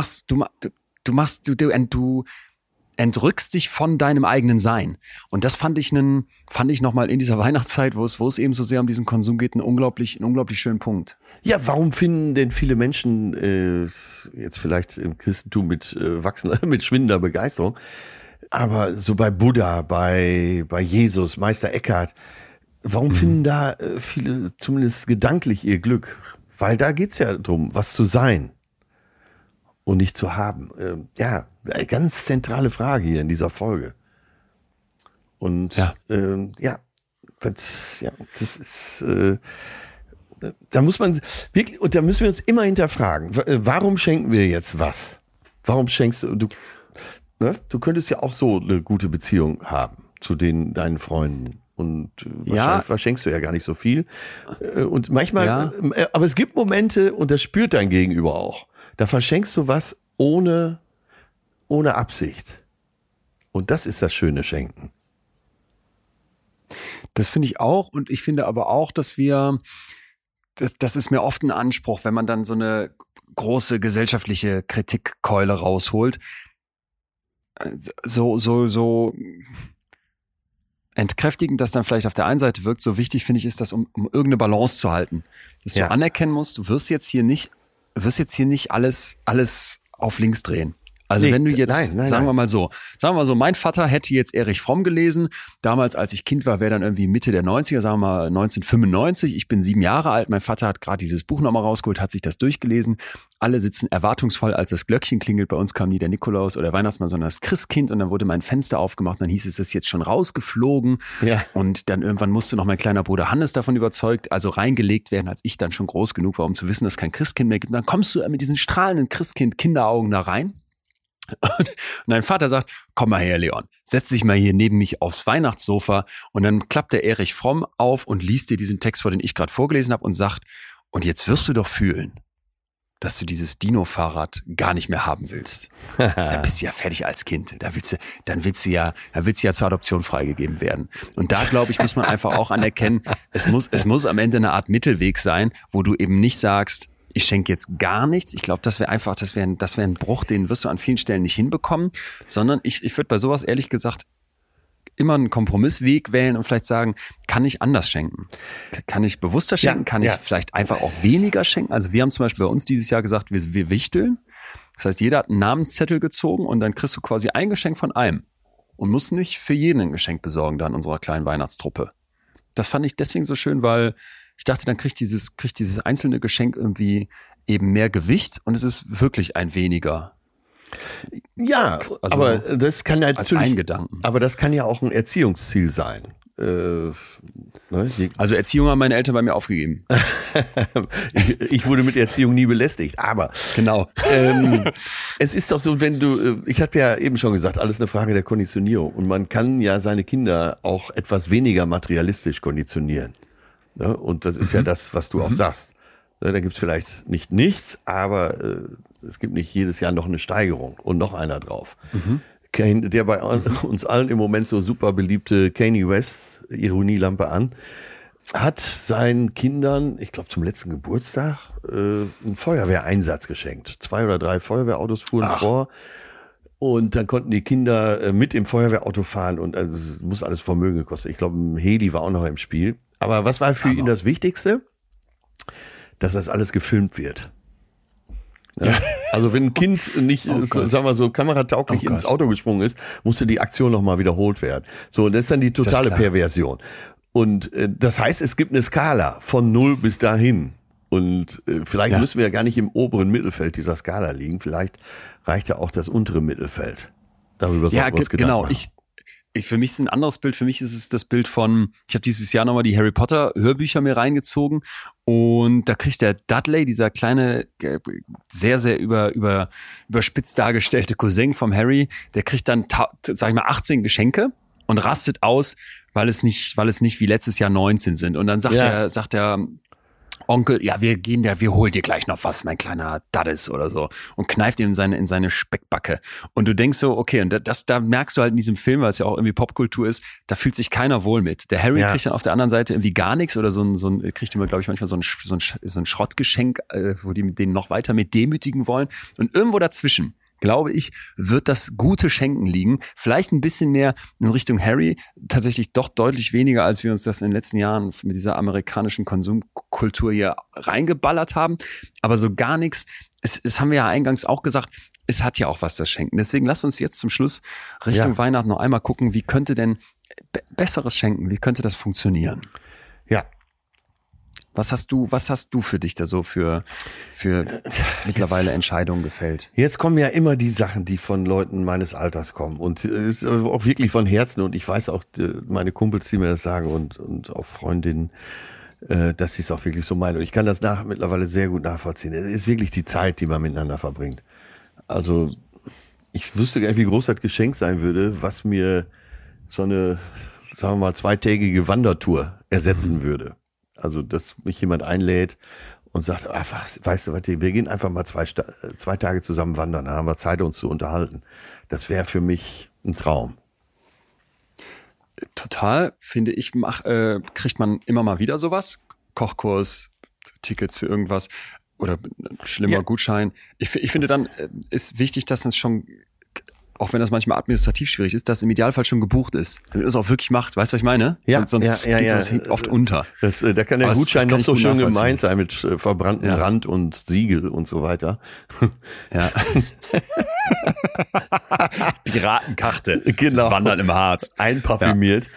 du entrückst dich von deinem eigenen Sein. Und das fand ich nochmal in dieser Weihnachtszeit, wo es eben so sehr um diesen Konsum geht, einen unglaublich schönen Punkt. Ja, warum finden denn viele Menschen jetzt vielleicht im Christentum mit schwindender Begeisterung, aber so bei Buddha, bei Jesus, Meister Eckhart, warum finden da viele zumindest gedanklich ihr Glück? Weil da geht's ja drum, was zu sein und nicht zu haben. Eine ganz zentrale Frage hier in dieser Folge. Und das ist, da muss man wirklich, und da müssen wir uns immer hinterfragen, warum schenken wir jetzt was? Warum schenkst du, du könntest ja auch so eine gute Beziehung haben zu deinen Freunden. Und wahrscheinlich verschenkst du ja gar nicht so viel. Und manchmal, aber es gibt Momente, und das spürt dein Gegenüber auch, da verschenkst du was ohne Absicht. Und das ist das schöne Schenken. Das finde ich auch. Und ich finde aber auch, dass das ist mir oft ein Anspruch, wenn man dann so eine große gesellschaftliche Kritikkeule rausholt. So entkräftigend das dann vielleicht auf der einen Seite wirkt, so wichtig finde ich ist das, um irgendeine Balance zu halten. Dass du anerkennen musst, du wirst jetzt hier nicht alles auf links drehen. Also wenn du jetzt, sagen wir mal so, mein Vater hätte jetzt Erich Fromm gelesen, damals als ich Kind war, wäre dann irgendwie Mitte der 90er, sagen wir mal 1995, ich bin 7 Jahre alt, mein Vater hat gerade dieses Buch nochmal rausgeholt, hat sich das durchgelesen, alle sitzen erwartungsvoll, als das Glöckchen klingelt, bei uns kam nie der Nikolaus oder Weihnachtsmann, sondern das Christkind und dann wurde mein Fenster aufgemacht und dann hieß es, das ist jetzt schon rausgeflogen und dann irgendwann musste noch mein kleiner Bruder Hannes davon überzeugt, also reingelegt werden, als ich dann schon groß genug war, um zu wissen, dass es kein Christkind mehr gibt, und dann kommst du mit diesen strahlenden Christkind-Kinderaugen da rein. Und dein Vater sagt, komm mal her, Leon, setz dich mal hier neben mich aufs Weihnachtssofa und dann klappt der Erich Fromm auf und liest dir diesen Text vor, den ich gerade vorgelesen habe und sagt, und jetzt wirst du doch fühlen, dass du dieses Dino-Fahrrad gar nicht mehr haben willst. Da bist du ja fertig als Kind. Dann willst du ja zur Adoption freigegeben werden. Und da, glaube ich, muss man einfach auch anerkennen, es muss am Ende eine Art Mittelweg sein, wo du eben nicht sagst, ich schenke jetzt gar nichts. Ich glaube, das wäre ein Bruch, den wirst du an vielen Stellen nicht hinbekommen, sondern ich würde bei sowas ehrlich gesagt immer einen Kompromissweg wählen und vielleicht sagen, kann ich anders schenken? Kann ich bewusster schenken? Kann ich vielleicht einfach auch weniger schenken? Also wir haben zum Beispiel bei uns dieses Jahr gesagt, wir wichteln. Das heißt, jeder hat einen Namenszettel gezogen und dann kriegst du quasi ein Geschenk von einem und musst nicht für jeden ein Geschenk besorgen da in unserer kleinen Weihnachtstruppe. Das fand ich deswegen so schön, weil ich dachte, dann kriegt dieses einzelne Geschenk irgendwie eben mehr Gewicht und es ist wirklich ein weniger. Ja, also aber das kann ja natürlich, aber das kann ja auch ein Erziehungsziel sein. Also Erziehung haben meine Eltern bei mir aufgegeben. Ich wurde mit Erziehung nie belästigt, aber genau. Es ist doch so, ich habe ja eben schon gesagt, alles eine Frage der Konditionierung und man kann ja seine Kinder auch etwas weniger materialistisch konditionieren. Ne? Und das ist ja das, was du auch sagst. Ne? Da gibt es vielleicht nicht nichts, aber es gibt nicht jedes Jahr noch eine Steigerung und noch einer drauf. Der bei uns allen im Moment so super beliebte Kanye West, Ironielampe an, hat seinen Kindern, ich glaube zum letzten Geburtstag, einen Feuerwehreinsatz geschenkt. 2 oder 3 Feuerwehrautos fuhren vor. Und dann konnten die Kinder mit im Feuerwehrauto fahren und es muss alles Vermögen gekostet. Ich glaube, ein Heli war auch noch im Spiel. Aber was war für ihn das Wichtigste? Dass das alles gefilmt wird. Ja. Also wenn ein Kind nicht, sagen wir so, kameratauglich ins Auto gesprungen ist, musste die Aktion nochmal wiederholt werden. So, und das ist dann die totale Perversion. Und das heißt, es gibt eine Skala von 0 bis dahin. Und vielleicht müssen wir ja gar nicht im oberen Mittelfeld dieser Skala liegen. Vielleicht reicht ja auch das untere Mittelfeld. Darüber sollten wir uns Gedanken machen. Für mich ist ein anderes Bild. Für mich ist es das Bild von, ich habe dieses Jahr nochmal die Harry Potter Hörbücher mir reingezogen und da kriegt der Dudley, dieser kleine, sehr, sehr überspitzt dargestellte Cousin vom Harry, der kriegt dann, sag ich mal, 18 Geschenke und rastet aus, weil es nicht wie letztes Jahr 19 sind. Und dann sagt der Onkel, ja, wir holen dir gleich noch was, mein kleiner Daddis oder so, und kneift ihm in seine Speckbacke. Und du denkst so, okay, und da merkst du halt in diesem Film, weil es ja auch irgendwie Popkultur ist, da fühlt sich keiner wohl mit. Der Harry kriegt dann auf der anderen Seite irgendwie gar nichts oder kriegt immer, glaube ich, manchmal so ein Schrottgeschenk, wo die den noch weiter mit demütigen wollen. Und irgendwo dazwischen, glaube ich, wird das gute Schenken liegen. Vielleicht ein bisschen mehr in Richtung Harry, tatsächlich doch deutlich weniger, als wir uns das in den letzten Jahren mit dieser amerikanischen Konsumkultur hier reingeballert haben. Aber so gar nichts. Es haben wir ja eingangs auch gesagt, es hat ja auch was, das Schenken. Deswegen lasst uns jetzt zum Schluss Richtung Weihnachten noch einmal gucken, wie könnte denn besseres Schenken, wie könnte das funktionieren? Ja. Was hast du für dich da so für mittlerweile Entscheidungen gefällt? Jetzt kommen ja immer die Sachen, die von Leuten meines Alters kommen und ist auch wirklich von Herzen und ich weiß auch, meine Kumpels, die mir das sagen und auch Freundinnen, dass sie es auch wirklich so meinen und ich kann das mittlerweile sehr gut nachvollziehen. Es ist wirklich die Zeit, die man miteinander verbringt. Also ich wüsste gar nicht, wie groß das Geschenk sein würde, was mir so eine, sagen wir mal, 2-tägige Wandertour ersetzen würde. Also, dass mich jemand einlädt und sagt, weißt du was, wir gehen einfach mal 2 Tage zusammen wandern, da haben wir Zeit, uns zu unterhalten. Das wäre für mich ein Traum. Total, finde ich, kriegt man immer mal wieder sowas. Kochkurs, Tickets für irgendwas oder schlimmer Gutschein. Ich finde dann, ist wichtig, dass es schon, auch wenn das manchmal administrativ schwierig ist, dass im Idealfall schon gebucht ist. Damit man es auch wirklich macht. Weißt du, was ich meine? Ja, sonst geht das oft unter. Da kann der Gutschein noch so schön gemeint sein mit verbranntem Rand und Siegel und so weiter. Ja. Piratenkarte. Genau. Das Wandern im Harz. Einparfümiert.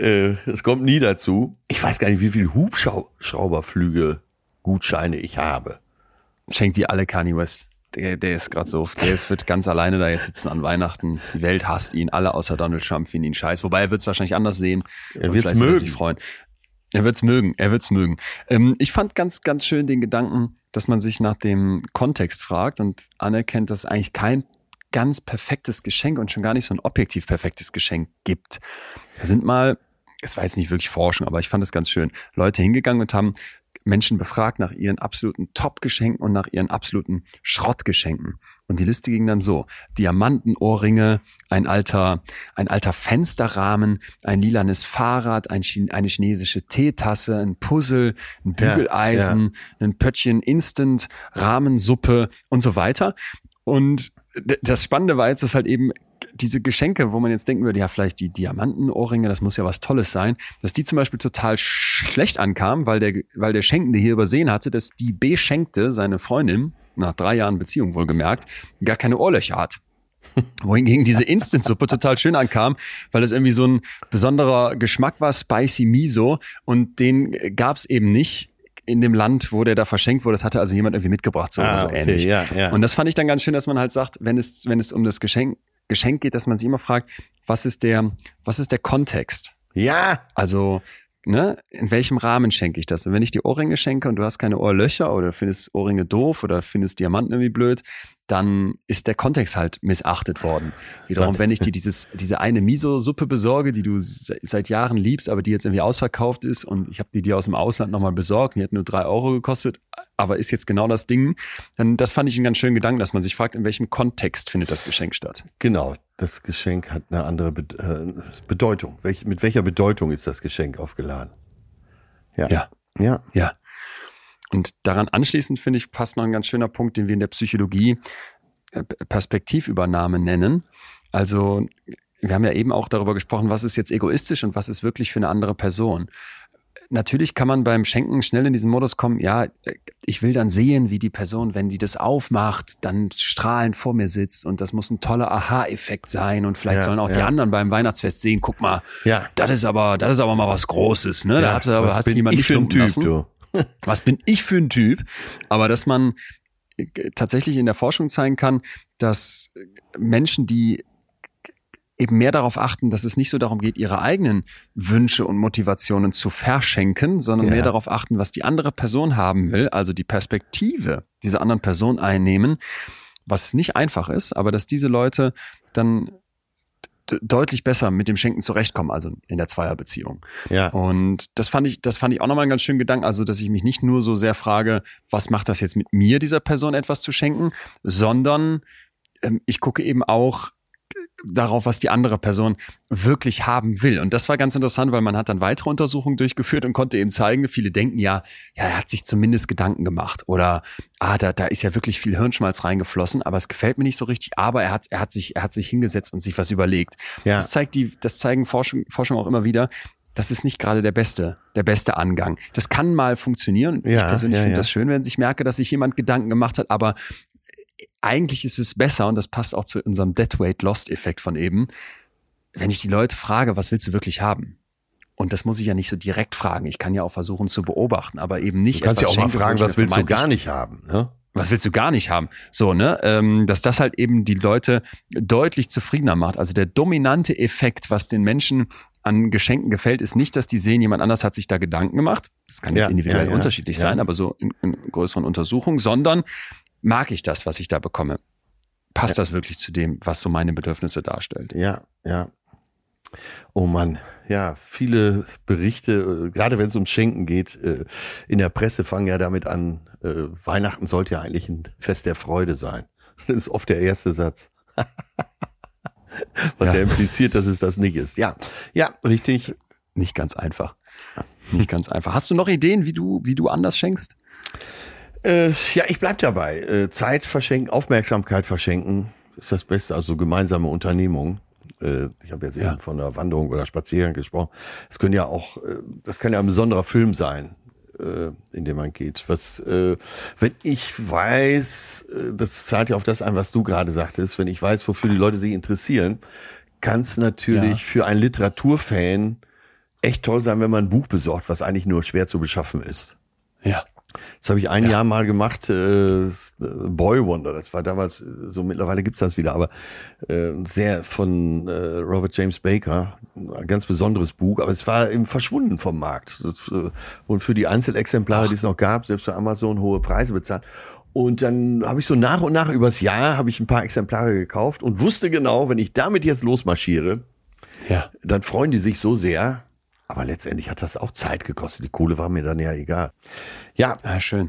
Es kommt nie dazu. Ich weiß gar nicht, wie viele Hubschrauberflüge Gutscheine ich habe. Schenkt die alle Kanye West. Der ist gerade so, wird ganz alleine da jetzt sitzen an Weihnachten. Die Welt hasst ihn, alle außer Donald Trump finden ihn scheiß. Wobei er wird es wahrscheinlich anders sehen. Er wird es mögen. Wird er sich freuen. Er wird's mögen. Ich fand ganz, ganz schön den Gedanken, dass man sich nach dem Kontext fragt und anerkennt, dass es eigentlich kein ganz perfektes Geschenk und schon gar nicht so ein objektiv perfektes Geschenk gibt. Da sind mal, es war jetzt nicht wirklich Forschung, aber ich fand es ganz schön, Leute hingegangen und haben Menschen befragt nach ihren absoluten Top-Geschenken und nach ihren absoluten Schrottgeschenken. Und die Liste ging dann so: Diamantenohrringe, ein alter Fensterrahmen, ein lilanes Fahrrad, eine chinesische Teetasse, ein Puzzle, ein Bügeleisen, ein Pöttchen Instant, Rahmensuppe und so weiter. Und das Spannende war jetzt, dass halt eben diese Geschenke, wo man jetzt denken würde, ja, vielleicht die Diamantenohrringe, das muss ja was Tolles sein, dass die zum Beispiel total schlecht ankamen, weil der Schenkende hier übersehen hatte, dass die beschenkte, seine Freundin, nach 3 Jahren Beziehung wohlgemerkt, gar keine Ohrlöcher hat. Wohingegen diese Instant-Suppe total schön ankam, weil das irgendwie so ein besonderer Geschmack war, Spicy Miso, und den gab's eben nicht in dem Land, wo der da verschenkt wurde. Das hatte also jemand irgendwie mitgebracht, so ähnlich. Ja. Und das fand ich dann ganz schön, dass man halt sagt, wenn es um das Geschenk geht, dass man sich immer fragt, was ist der Kontext? Ja. Also, ne, in welchem Rahmen schenke ich das? Und wenn ich die Ohrringe schenke und du hast keine Ohrlöcher oder findest Ohrringe doof oder findest Diamanten irgendwie blöd, dann ist der Kontext halt missachtet worden. Wiederum, wenn ich dir diese eine Miso-Suppe besorge, die du seit Jahren liebst, aber die jetzt irgendwie ausverkauft ist und ich habe die dir aus dem Ausland nochmal besorgt, die hat nur 3 Euro gekostet, aber ist jetzt genau das Ding, dann das fand ich einen ganz schönen Gedanken, dass man sich fragt, in welchem Kontext findet das Geschenk statt. Genau, das Geschenk hat eine andere Bedeutung. Mit welcher Bedeutung ist das Geschenk aufgeladen? Ja. Und daran anschließend, finde ich, passt noch ein ganz schöner Punkt, den wir in der Psychologie Perspektivübernahme nennen. Also wir haben ja eben auch darüber gesprochen, was ist jetzt egoistisch und was ist wirklich für eine andere Person. Natürlich kann man beim Schenken schnell in diesen Modus kommen, ja, ich will dann sehen, wie die Person, wenn die das aufmacht, dann strahlend vor mir sitzt und das muss ein toller Aha-Effekt sein und vielleicht sollen auch die anderen beim Weihnachtsfest sehen, guck mal, das ist aber mal was Großes, ne? Da hat jemand nicht lumpen lassen. Du? Was bin ich für ein Typ? Aber dass man tatsächlich in der Forschung zeigen kann, dass Menschen, die eben mehr darauf achten, dass es nicht so darum geht, ihre eigenen Wünsche und Motivationen zu verschenken, sondern mehr darauf achten, was die andere Person haben will, also die Perspektive dieser anderen Person einnehmen, was nicht einfach ist, aber dass diese Leute dann deutlich besser mit dem Schenken zurechtkommen, also in der Zweierbeziehung. Ja. Und das fand ich auch nochmal einen ganz schönen Gedanken, also dass ich mich nicht nur so sehr frage, was macht das jetzt mit mir, dieser Person etwas zu schenken, sondern ich gucke eben auch darauf, was die andere Person wirklich haben will. Und das war ganz interessant, weil man hat dann weitere Untersuchungen durchgeführt und konnte eben zeigen, viele denken ja, er hat sich zumindest Gedanken gemacht oder da ist ja wirklich viel Hirnschmalz reingeflossen, aber es gefällt mir nicht so richtig, aber er hat sich hingesetzt und sich was überlegt. Ja. Das zeigen Forschung auch immer wieder. Das ist nicht gerade der beste Angang. Das kann mal funktionieren. Ich persönlich finde das schön, wenn ich merke, dass sich jemand Gedanken gemacht hat, aber eigentlich ist es besser, und das passt auch zu unserem Dead-Weight-Lost-Effekt von eben, wenn ich die Leute frage, was willst du wirklich haben? Und das muss ich ja nicht so direkt fragen. Ich kann ja auch versuchen zu beobachten, aber eben nicht. Du kannst ja auch mal fragen, was willst du gar nicht haben? Ne? Was willst du gar nicht haben? So, ne? Dass das halt eben die Leute deutlich zufriedener macht. Also der dominante Effekt, was den Menschen an Geschenken gefällt, ist nicht, dass die sehen, jemand anders hat sich da Gedanken gemacht. Das kann jetzt individuell unterschiedlich sein, aber so in größeren Untersuchungen, sondern mag ich das, was ich da bekomme? Passt das wirklich zu dem, was so meine Bedürfnisse darstellt? Ja. Oh Mann, ja, viele Berichte, gerade wenn es um Schenken geht, in der Presse fangen ja damit an, Weihnachten sollte ja eigentlich ein Fest der Freude sein. Das ist oft der erste Satz. Was ja impliziert, dass es das nicht ist. Ja, richtig. Nicht ganz einfach. Hast du noch Ideen, wie du anders schenkst? Ich bleib dabei. Zeit verschenken, Aufmerksamkeit verschenken ist das Beste. Also gemeinsame Unternehmung. Ich habe jetzt eben von einer Wanderung oder Spaziergang gesprochen. Das kann ja ein besonderer Film sein, in dem man geht. Wenn ich weiß, das zahlt ja auf das ein, was du gerade sagtest, wenn ich weiß, wofür die Leute sich interessieren, kann es natürlich für einen Literaturfan echt toll sein, wenn man ein Buch besorgt, was eigentlich nur schwer zu beschaffen ist. Ja. Das habe ich ein Jahr mal gemacht, Boy Wonder, das war damals, so mittlerweile gibt's das wieder, aber sehr von Robert James Baker, ein ganz besonderes Buch, aber es war eben verschwunden vom Markt. Und für die Einzelexemplare, die es noch gab, selbst für Amazon hohe Preise bezahlt. Und dann habe ich so nach und nach übers Jahr habe ich ein paar Exemplare gekauft und wusste genau, wenn ich damit jetzt losmarschiere, dann freuen die sich so sehr. Aber letztendlich hat das auch Zeit gekostet. Die Kohle war mir dann ja egal. Ja, schön.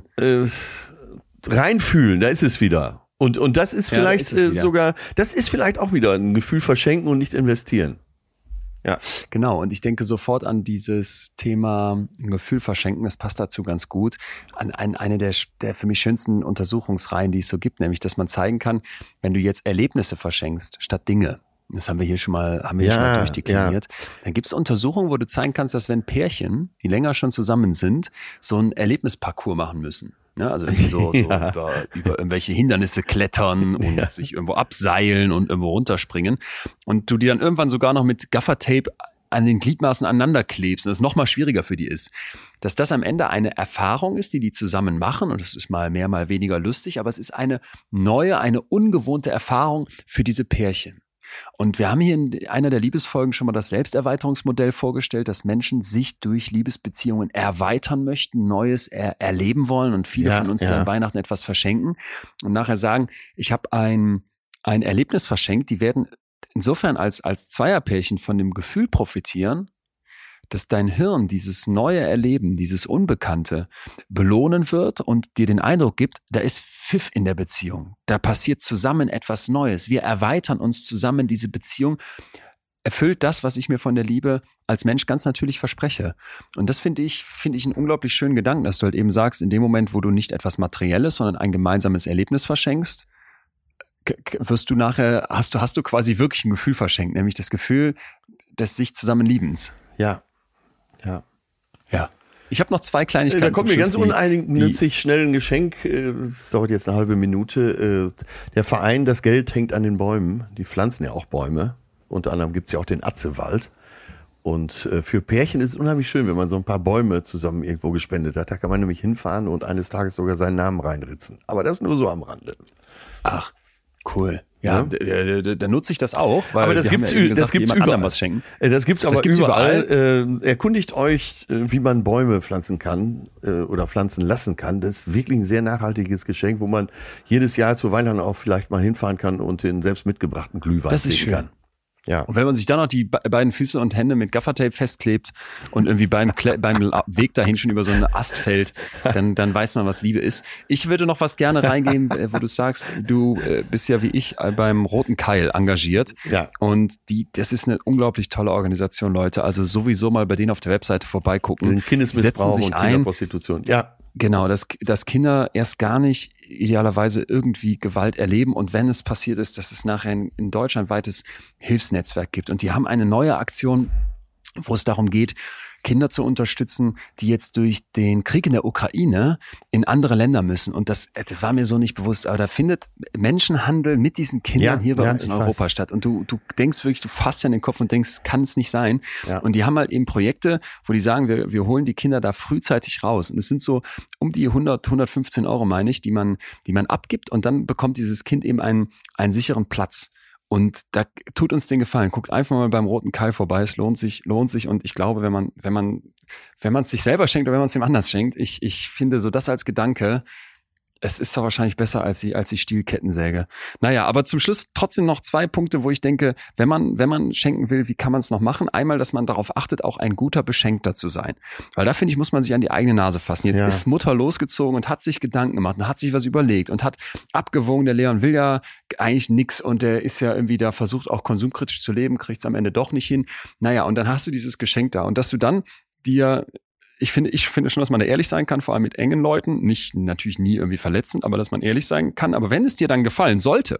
Reinfühlen, da ist es wieder. Und das ist vielleicht das ist vielleicht auch wieder ein Gefühl verschenken und nicht investieren. Ja. Genau, und ich denke sofort an dieses Thema Gefühl verschenken, das passt dazu ganz gut, an eine der für mich schönsten Untersuchungsreihen, die es so gibt, nämlich, dass man zeigen kann, wenn du jetzt Erlebnisse verschenkst, statt Dinge. Das haben wir hier schon mal durchdekliniert. Ja. Dann gibt es Untersuchungen, wo du zeigen kannst, dass wenn Pärchen, die länger schon zusammen sind, so einen Erlebnisparcours machen müssen. Ja, also so über irgendwelche Hindernisse klettern und sich irgendwo abseilen und irgendwo runterspringen. Und du die dann irgendwann sogar noch mit Gaffertape an den Gliedmaßen aneinander klebst und das noch mal schwieriger für die ist. Dass das am Ende eine Erfahrung ist, die zusammen machen, und es ist mal mehr, mal weniger lustig, aber es ist eine neue, eine ungewohnte Erfahrung für diese Pärchen. Und wir haben hier in einer der Liebesfolgen schon mal das Selbsterweiterungsmodell vorgestellt, dass Menschen sich durch Liebesbeziehungen erweitern möchten, Neues erleben wollen und viele von uns, die an Weihnachten etwas verschenken und nachher sagen, ich habe ein Erlebnis verschenkt, die werden insofern als Zweierpärchen von dem Gefühl profitieren, dass dein Hirn dieses neue Erleben, dieses Unbekannte belohnen wird und dir den Eindruck gibt, da ist Pfiff in der Beziehung. Da passiert zusammen etwas Neues. Wir erweitern uns zusammen. Diese Beziehung erfüllt das, was ich mir von der Liebe als Mensch ganz natürlich verspreche. Und das finde ich einen unglaublich schönen Gedanken, dass du halt eben sagst, in dem Moment, wo du nicht etwas Materielles, sondern ein gemeinsames Erlebnis verschenkst, wirst du nachher, hast du quasi wirklich ein Gefühl verschenkt, nämlich das Gefühl des sich zusammen Liebens. Ja. Ich habe noch zwei Kleinigkeiten. Da kommt mir ganz uneigennützig schnell ein Geschenk. Das dauert jetzt eine halbe Minute. Der Verein Das Geld hängt an den Bäumen. Die pflanzen ja auch Bäume. Unter anderem gibt es ja auch den Atzewald. Und für Pärchen ist es unheimlich schön, wenn man so ein paar Bäume zusammen irgendwo gespendet hat. Da kann man nämlich hinfahren und eines Tages sogar seinen Namen reinritzen. Aber das nur so am Rande. Ach, cool. Ja, da nutze ich das auch, weil aber das gibt's überall. Was schenken. Das gibt's aber überall. Erkundigt euch, wie man Bäume pflanzen kann oder pflanzen lassen kann. Das ist wirklich ein sehr nachhaltiges Geschenk, wo man jedes Jahr zu Weihnachten auch vielleicht mal hinfahren kann und den selbst mitgebrachten Glühwein trinken kann. Ja. Und wenn man sich dann noch die beiden Füße und Hände mit Gaffertape festklebt und irgendwie beim Weg dahin schon über so einen Ast fällt, dann weiß man, was Liebe ist. Ich würde noch was gerne reingeben, wo du sagst, du bist ja wie ich beim Roten Keil engagiert. Ja. Und das ist eine unglaublich tolle Organisation, Leute. Also sowieso mal bei denen auf der Webseite vorbeigucken. Den Kindesmissbrauch und Kinderprostitution. Ja. Genau, dass Kinder erst gar nicht idealerweise irgendwie Gewalt erleben und wenn es passiert ist, dass es nachher ein deutschlandweites Hilfsnetzwerk gibt. Und die haben eine neue Aktion, wo es darum geht, Kinder zu unterstützen, die jetzt durch den Krieg in der Ukraine in andere Länder müssen. Und das war mir so nicht bewusst. Aber da findet Menschenhandel mit diesen Kindern hier bei uns in Europa statt. Und du denkst wirklich, du fasst ja in den Kopf und denkst, kann es nicht sein. Ja. Und die haben halt eben Projekte, wo die sagen, wir holen die Kinder da frühzeitig raus. Und es sind so um die 115 €, meine ich, die man abgibt. Und dann bekommt dieses Kind eben einen sicheren Platz. Und da tut uns den Gefallen. Guckt einfach mal beim Roten Keil vorbei. Es lohnt sich. Und ich glaube, wenn man es sich selber schenkt oder wenn man es jemand anders schenkt, ich finde so das als Gedanke, es ist doch wahrscheinlich besser als die Stielkettensäge. Naja, aber zum Schluss trotzdem noch 2 Punkte, wo ich denke, wenn man schenken will, wie kann man es noch machen? Einmal, dass man darauf achtet, auch ein guter Beschenkter zu sein. Weil da, finde ich, muss man sich an die eigene Nase fassen. Jetzt ist Mutter losgezogen und hat sich Gedanken gemacht und hat sich was überlegt und hat abgewogen, der Leon will ja eigentlich nix und der ist ja irgendwie da versucht, auch konsumkritisch zu leben, kriegt es am Ende doch nicht hin. Naja, und dann hast du dieses Geschenk da und dass du dann dir ich finde schon, dass man da ehrlich sein kann, vor allem mit engen Leuten. Natürlich nie irgendwie verletzend, aber dass man ehrlich sein kann. Aber wenn es dir dann gefallen sollte,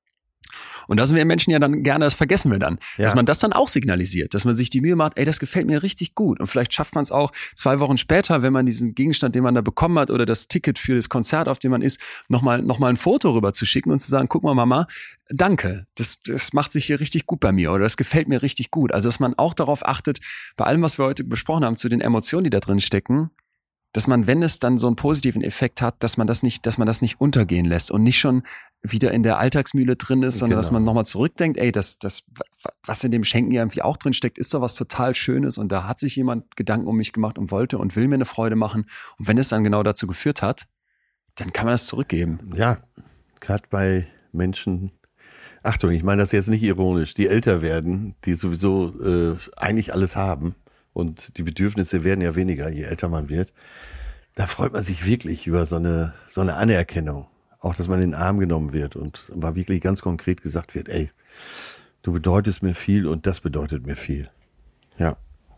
und da sind wir Menschen ja dann gerne, das vergessen wir dann, dass man das dann auch signalisiert, dass man sich die Mühe macht, ey, das gefällt mir richtig gut. Und vielleicht schafft man es auch 2 Wochen später, wenn man diesen Gegenstand, den man da bekommen hat oder das Ticket für das Konzert, auf dem man ist, noch mal ein Foto rüber zu schicken und zu sagen, guck mal, Mama, danke, das macht sich hier richtig gut bei mir oder das gefällt mir richtig gut. Also, dass man auch darauf achtet, bei allem, was wir heute besprochen haben, zu den Emotionen, die da drin stecken, dass man, wenn es dann so einen positiven Effekt hat, dass man das nicht untergehen lässt und nicht schon wieder in der Alltagsmühle drin ist, sondern dass man nochmal zurückdenkt, ey, das, was in dem Schenken ja irgendwie auch drin steckt, ist doch was total Schönes und da hat sich jemand Gedanken um mich gemacht und wollte und will mir eine Freude machen. Und wenn es dann genau dazu geführt hat, dann kann man das zurückgeben. Ja, gerade bei Menschen, Achtung, ich meine das jetzt nicht ironisch, die älter werden, die sowieso eigentlich alles haben. Und die Bedürfnisse werden ja weniger, je älter man wird. Da freut man sich wirklich über so eine Anerkennung. Auch, dass man in den Arm genommen wird und mal wirklich ganz konkret gesagt wird, ey, du bedeutest mir viel und das bedeutet mir viel. Ja.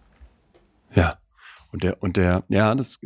Ja. Das,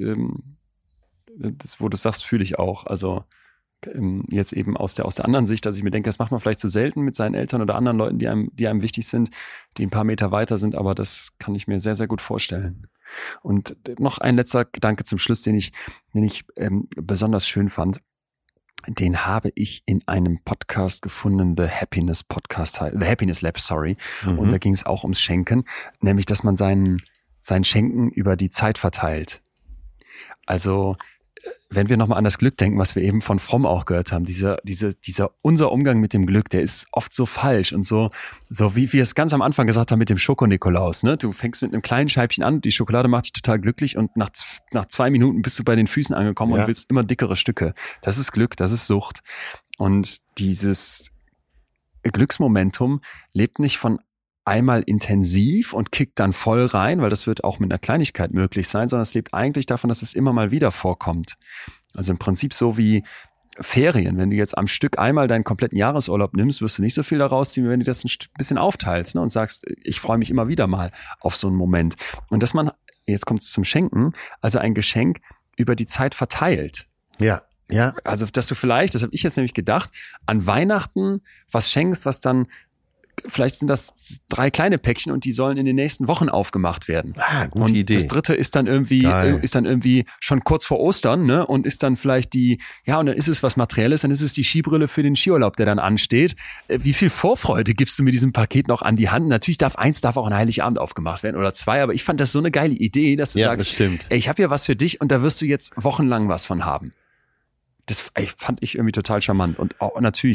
wo du sagst, fühle ich auch. Also, jetzt eben aus der anderen Sicht, dass ich mir denke, das macht man vielleicht zu selten mit seinen Eltern oder anderen Leuten, die einem wichtig sind, die ein paar Meter weiter sind, aber das kann ich mir sehr, sehr gut vorstellen. Und noch ein letzter Gedanke zum Schluss, den ich besonders schön fand. Den habe ich in einem Podcast gefunden, The Happiness Lab, sorry. Mhm. Und da ging es auch ums Schenken, nämlich, dass man sein Schenken über die Zeit verteilt. Also, wenn wir nochmal an das Glück denken, was wir eben von Fromm auch gehört haben, unser Umgang mit dem Glück, der ist oft so falsch und so wie wir es ganz am Anfang gesagt haben mit dem Schoko-Nikolaus, ne? Du fängst mit einem kleinen Scheibchen an, die Schokolade macht dich total glücklich und nach 2 Minuten bist du bei den Füßen angekommen und willst immer dickere Stücke. Das ist Glück, das ist Sucht. Und dieses Glücksmomentum lebt nicht von einmal intensiv und kickt dann voll rein, weil das wird auch mit einer Kleinigkeit möglich sein, sondern es lebt eigentlich davon, dass es immer mal wieder vorkommt. Also im Prinzip so wie Ferien. Wenn du jetzt am Stück einmal deinen kompletten Jahresurlaub nimmst, wirst du nicht so viel daraus ziehen, wie wenn du das ein bisschen aufteilst, ne, und sagst, ich freue mich immer wieder mal auf so einen Moment. Und dass man, jetzt kommt es zum Schenken, also ein Geschenk über die Zeit verteilt. Ja. Ja. Also, dass du vielleicht, das habe ich jetzt nämlich gedacht, an Weihnachten was schenkst, was dann vielleicht sind das 3 kleine Päckchen und die sollen in den nächsten Wochen aufgemacht werden. Gute und Idee. Das 3. ist dann irgendwie schon kurz vor Ostern, ne? Und ist dann vielleicht und dann ist es was Materielles, dann ist es die Skibrille für den Skiurlaub, der dann ansteht. Wie viel Vorfreude gibst du mit diesem Paket noch an die Hand? Natürlich darf auch an Heiligabend aufgemacht werden oder 2, aber ich fand das so eine geile Idee, dass du sagst, ey, ich habe hier was für dich und da wirst du jetzt wochenlang was von haben. Das fand ich irgendwie total charmant und auch natürlich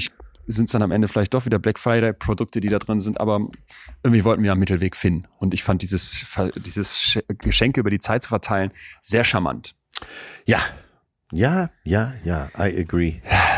sind es dann am Ende vielleicht doch wieder Black Friday-Produkte, die da drin sind, aber irgendwie wollten wir einen Mittelweg finden. Und ich fand dieses Geschenke über die Zeit zu verteilen sehr charmant. Ja, I agree.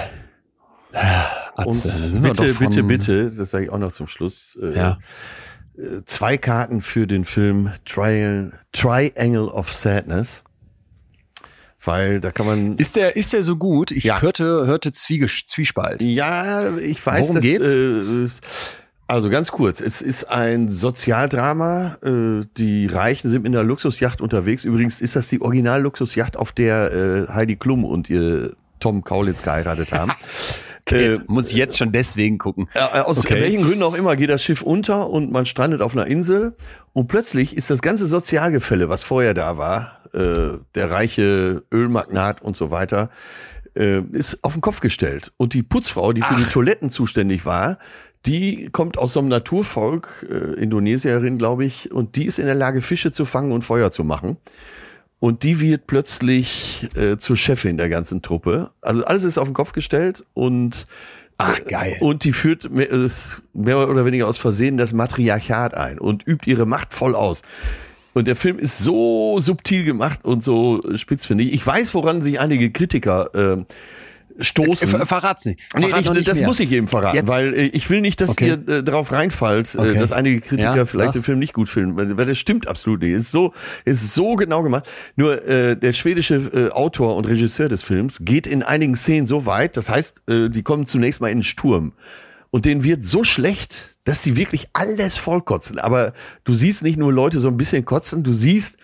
Atze, und bitte, das sage ich auch noch zum Schluss, 2 Karten für den Film Triangle of Sadness. Weil da kann man. Ist der so gut? Ich hörte Zwiespalt. Ja, ich weiß, worum geht's? Also ganz kurz, es ist ein Sozialdrama. Die Reichen sind in der Luxusjacht unterwegs. Übrigens ist das die Original-Luxusjacht, auf der Heidi Klum und ihr Tom Kaulitz geheiratet haben. Okay, muss ich jetzt schon deswegen gucken. Aus welchen Gründen auch immer geht das Schiff unter und man strandet auf einer Insel und plötzlich ist das ganze Sozialgefälle, was vorher da war, der reiche Ölmagnat und so weiter, ist auf den Kopf gestellt. Und die Putzfrau, die für die Toiletten zuständig war, die kommt aus so einem Naturvolk, Indonesierin, glaube ich, und die ist in der Lage, Fische zu fangen und Feuer zu machen. Und die wird plötzlich zur Chefin der ganzen Truppe. Also alles ist auf den Kopf gestellt und geil. Und die führt mehr oder weniger aus Versehen das Matriarchat ein und übt ihre Macht voll aus. Und der Film ist so subtil gemacht und so spitz, finde ich. Ich weiß, woran sich einige Kritiker stoßen. Verrat's nicht. Das muss ich eben verraten, Jetzt? weil ich will nicht, dass ihr darauf reinfallt, dass einige Kritiker vielleicht den Film nicht gut finden, weil das stimmt absolut nicht. Ist so genau gemacht. Nur der schwedische Autor und Regisseur des Films geht in einigen Szenen so weit, das heißt, die kommen zunächst mal in den Sturm. Und denen wird so schlecht, dass sie wirklich alles vollkotzen. Aber du siehst nicht nur Leute so ein bisschen kotzen, du siehst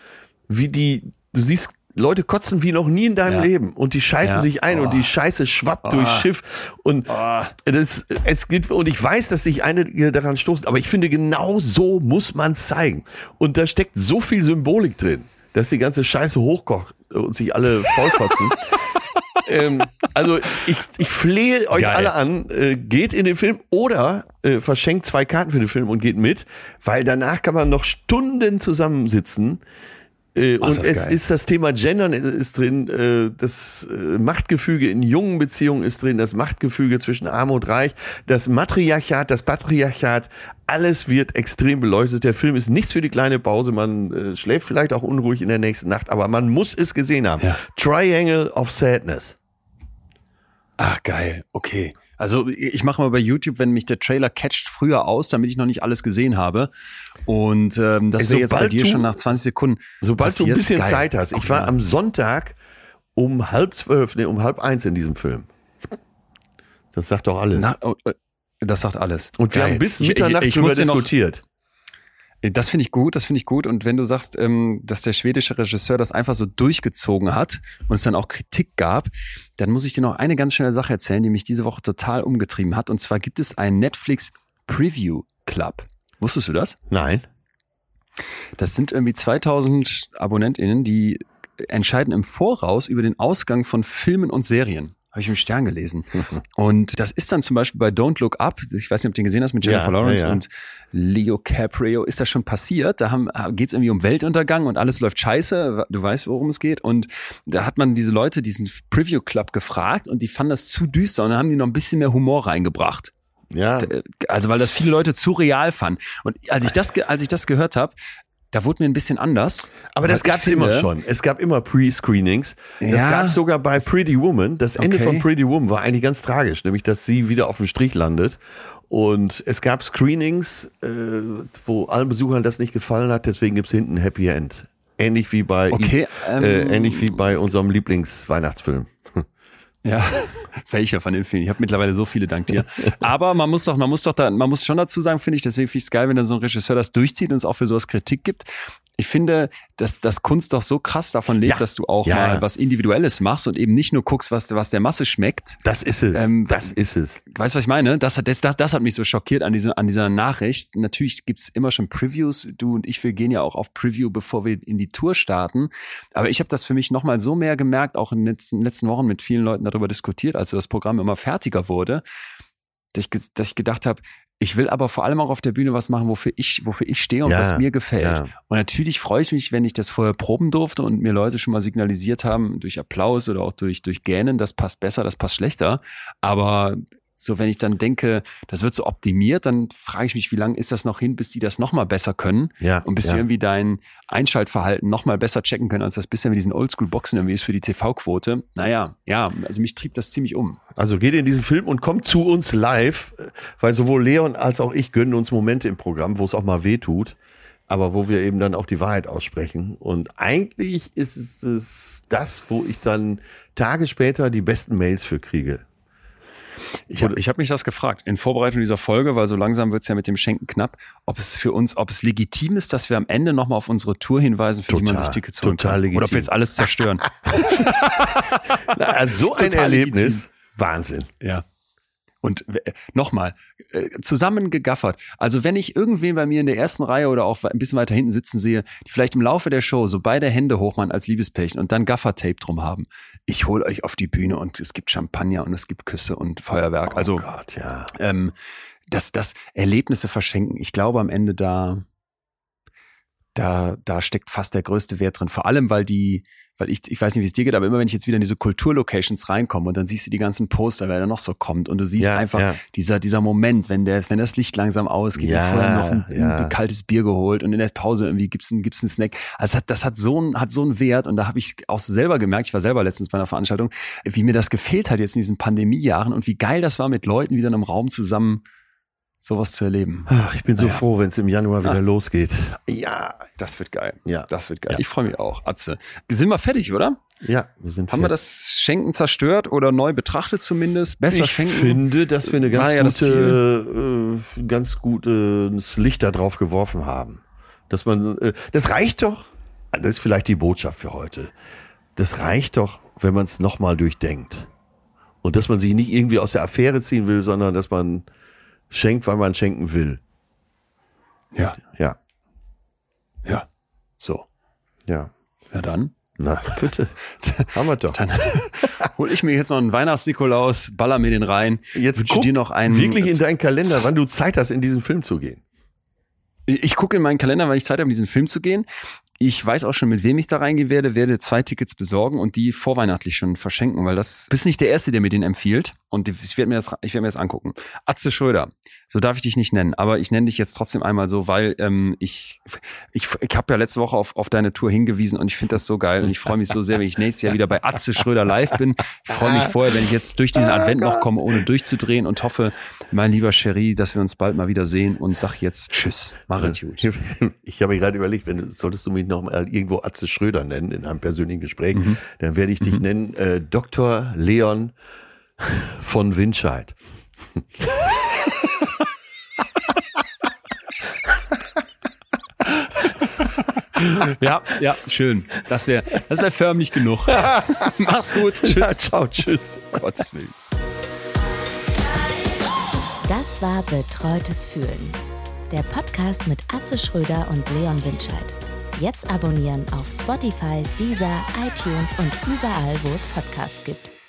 Leute kotzen wie noch nie in deinem Leben und die scheißen sich ein und die Scheiße schwappt durchs Schiff und und ich weiß, dass sich einige daran stoßen, aber ich finde, genau so muss man zeigen. Und da steckt so viel Symbolik drin, dass die ganze Scheiße hochkocht und sich alle vollkotzen. Also ich flehe euch alle an, geht in den Film oder verschenkt 2 Karten für den Film und geht mit, weil danach kann man noch Stunden zusammensitzen. Und es ist das Thema Gendern ist drin, das Machtgefüge in jungen Beziehungen ist drin, das Machtgefüge zwischen Arm und Reich, das Matriarchat, das Patriarchat, alles wird extrem beleuchtet. Der Film ist nichts für die kleine Pause, man schläft vielleicht auch unruhig in der nächsten Nacht, aber man muss es gesehen haben. Ja. Triangle of Sadness. Ach, geil, okay. Also ich mache mal bei YouTube, wenn mich der Trailer catcht, früher aus, damit ich noch nicht alles gesehen habe. Und das wäre jetzt bei dir schon nach 20 Sekunden. Sobald du ein bisschen Zeit hast. Ich war am Sonntag um 1:30 in diesem Film. Das sagt doch alles. Das sagt alles. Und wir haben bis Mitternacht drüber diskutiert. Das finde ich gut. Und wenn du sagst, dass der schwedische Regisseur das einfach so durchgezogen hat und es dann auch Kritik gab, dann muss ich dir noch eine ganz schnelle Sache erzählen, die mich diese Woche total umgetrieben hat. Und zwar gibt es einen Netflix Preview Club. Wusstest du das? Nein. Das sind irgendwie 2000 AbonnentInnen, die entscheiden im Voraus über den Ausgang von Filmen und Serien. Habe ich im Stern gelesen. Und das ist dann zum Beispiel bei Don't Look Up, ich weiß nicht, ob du den gesehen hast, mit Jennifer Lawrence und Leo Caprio, ist das schon passiert. Da geht es irgendwie um Weltuntergang und alles läuft scheiße. Du weißt, worum es geht. Und da hat man diese Leute, diesen Preview Club gefragt und die fanden das zu düster und dann haben die noch ein bisschen mehr Humor reingebracht. Ja. Also weil das viele Leute zu real fanden. Und als ich das gehört habe, da wurde mir ein bisschen anders. Aber das gab es immer schon. Es gab immer Pre-Screenings. Das gab es sogar bei Pretty Woman. Das Ende von Pretty Woman war eigentlich ganz tragisch, nämlich dass sie wieder auf dem Strich landet. Und es gab Screenings, wo allen Besuchern das nicht gefallen hat. Deswegen gibt es hinten ein Happy End. Ähnlich wie bei unserem Lieblingsweihnachtsfilm. Ja, welcher von den vielen? Ich habe mittlerweile so viele, dank dir. Aber man muss schon dazu sagen, finde ich, deswegen finde ich es geil, wenn dann so ein Regisseur das durchzieht und es auch für sowas Kritik gibt. Ich finde, dass Kunst doch so krass davon lebt, dass du auch mal was Individuelles machst und eben nicht nur guckst, was der Masse schmeckt. Das ist es. Das ist es. Weißt du, was ich meine? Das hat mich so schockiert an dieser Nachricht. Natürlich gibt's immer schon Previews. Du und ich, wir gehen ja auch auf Preview, bevor wir in die Tour starten. Aber ich habe das für mich nochmal so mehr gemerkt, auch in den letzten Wochen mit vielen Leuten darüber diskutiert, als das Programm immer fertiger wurde, dass ich gedacht habe, ich will aber vor allem auch auf der Bühne was machen, wofür ich stehe und was mir gefällt. Ja. Und natürlich freue ich mich, wenn ich das vorher proben durfte und mir Leute schon mal signalisiert haben, durch Applaus oder auch durch Gähnen, das passt besser, das passt schlechter. Aber so wenn ich dann denke, das wird so optimiert, dann frage ich mich, wie lange ist das noch hin, bis die das nochmal besser können und bis sie irgendwie dein Einschaltverhalten nochmal besser checken können, als das bisher mit diesen Oldschool-Boxen irgendwie ist für die TV-Quote. Naja, also mich trieb das ziemlich um. Also geht in diesen Film und kommt zu uns live, weil sowohl Leon als auch ich gönnen uns Momente im Programm, wo es auch mal weh tut, aber wo wir eben dann auch die Wahrheit aussprechen. Und eigentlich ist es das, wo ich dann Tage später die besten Mails für kriege. Ich hab mich das gefragt in Vorbereitung dieser Folge, weil so langsam wird's ja mit dem Schenken knapp, ob es legitim ist, dass wir am Ende nochmal auf unsere Tour hinweisen, für die man sich Tickets holen kann. Legitim. Oder ob wir jetzt alles zerstören. Also so ein Erlebnis, legitim. Wahnsinn. Ja. Und nochmal, zusammengegaffert. Also wenn ich irgendwen bei mir in der ersten Reihe oder auch ein bisschen weiter hinten sitzen sehe, die vielleicht im Laufe der Show so beide Hände hochmachen als Liebespärchen und dann Gaffertape drum haben, ich hole euch auf die Bühne und es gibt Champagner und es gibt Küsse und Feuerwerk. Also Gott, ja. Das Erlebnisse verschenken, ich glaube am Ende da steckt fast der größte Wert drin. Vor allem, weil ich weiß nicht, wie es dir geht, aber immer wenn ich jetzt wieder in diese Kulturlocations reinkomme und dann siehst du die ganzen Poster, wer da noch so kommt und du siehst einfach dieser Moment, wenn das Licht langsam ausgeht, vorher noch ein kaltes Bier geholt und in der Pause irgendwie gibt's einen Snack. Also das hat so einen Wert und da habe ich auch selber gemerkt, ich war selber letztens bei einer Veranstaltung, wie mir das gefehlt hat jetzt in diesen Pandemiejahren und wie geil das war, mit Leuten wieder in einem Raum zusammen sowas zu erleben. Ach, ich bin so froh, wenn es im Januar wieder losgeht. Ja, das wird geil. Ja. Das wird geil. Ja. Ich freue mich auch. Atze. Sind wir fertig, oder? Ja, wir sind fertig. Haben wir das Schenken zerstört oder neu betrachtet zumindest? Besser schenken? Ich finde, dass wir eine ganz gutes Licht da drauf geworfen haben. Dass man, das reicht doch, das ist vielleicht die Botschaft für heute. Das reicht doch, wenn man es nochmal durchdenkt. Und dass man sich nicht irgendwie aus der Affäre ziehen will, sondern dass man schenkt, weil man schenken will. Ja. Ja. Ja. So. Ja. Ja, dann. Na, bitte. Haben wir doch. Dann hol ich mir jetzt noch einen Weihnachts-Nikolaus, baller mir den rein. Jetzt guck dir noch einen wirklich in deinen Kalender, wann du Zeit hast, in diesen Film zu gehen. Ich gucke in meinen Kalender, weil ich Zeit habe, in diesen Film zu gehen. Ich weiß auch schon, mit wem ich da reingehen werde 2 Tickets besorgen und die vorweihnachtlich schon verschenken, weil das bist nicht der Erste, der mir den empfiehlt. Und ich werde mir das angucken. Atze Schröder, so darf ich dich nicht nennen, aber ich nenne dich jetzt trotzdem einmal so, weil ich habe ja letzte Woche auf deine Tour hingewiesen und ich finde das so geil und ich freue mich so sehr, wenn ich nächstes Jahr wieder bei Atze Schröder live bin. Ich freue mich vorher, wenn ich jetzt durch diesen Advent noch komme, ohne durchzudrehen und hoffe, mein lieber Cherie, dass wir uns bald mal wieder sehen und sag jetzt Tschüss. Mach es gut. Ich habe mir gerade überlegt, solltest du mich noch mal irgendwo Atze Schröder nennen in einem persönlichen Gespräch, dann werde ich dich nennen Dr. Leon von Winscheid. Ja, schön. Das wäre förmlich genug. Mach's gut. Tschüss. Ja, ciao, tschüss. Gottes Willen. Das war Betreutes Fühlen. Der Podcast mit Atze Schröder und Leon Winscheid. Jetzt abonnieren auf Spotify, Deezer, iTunes und überall, wo es Podcasts gibt.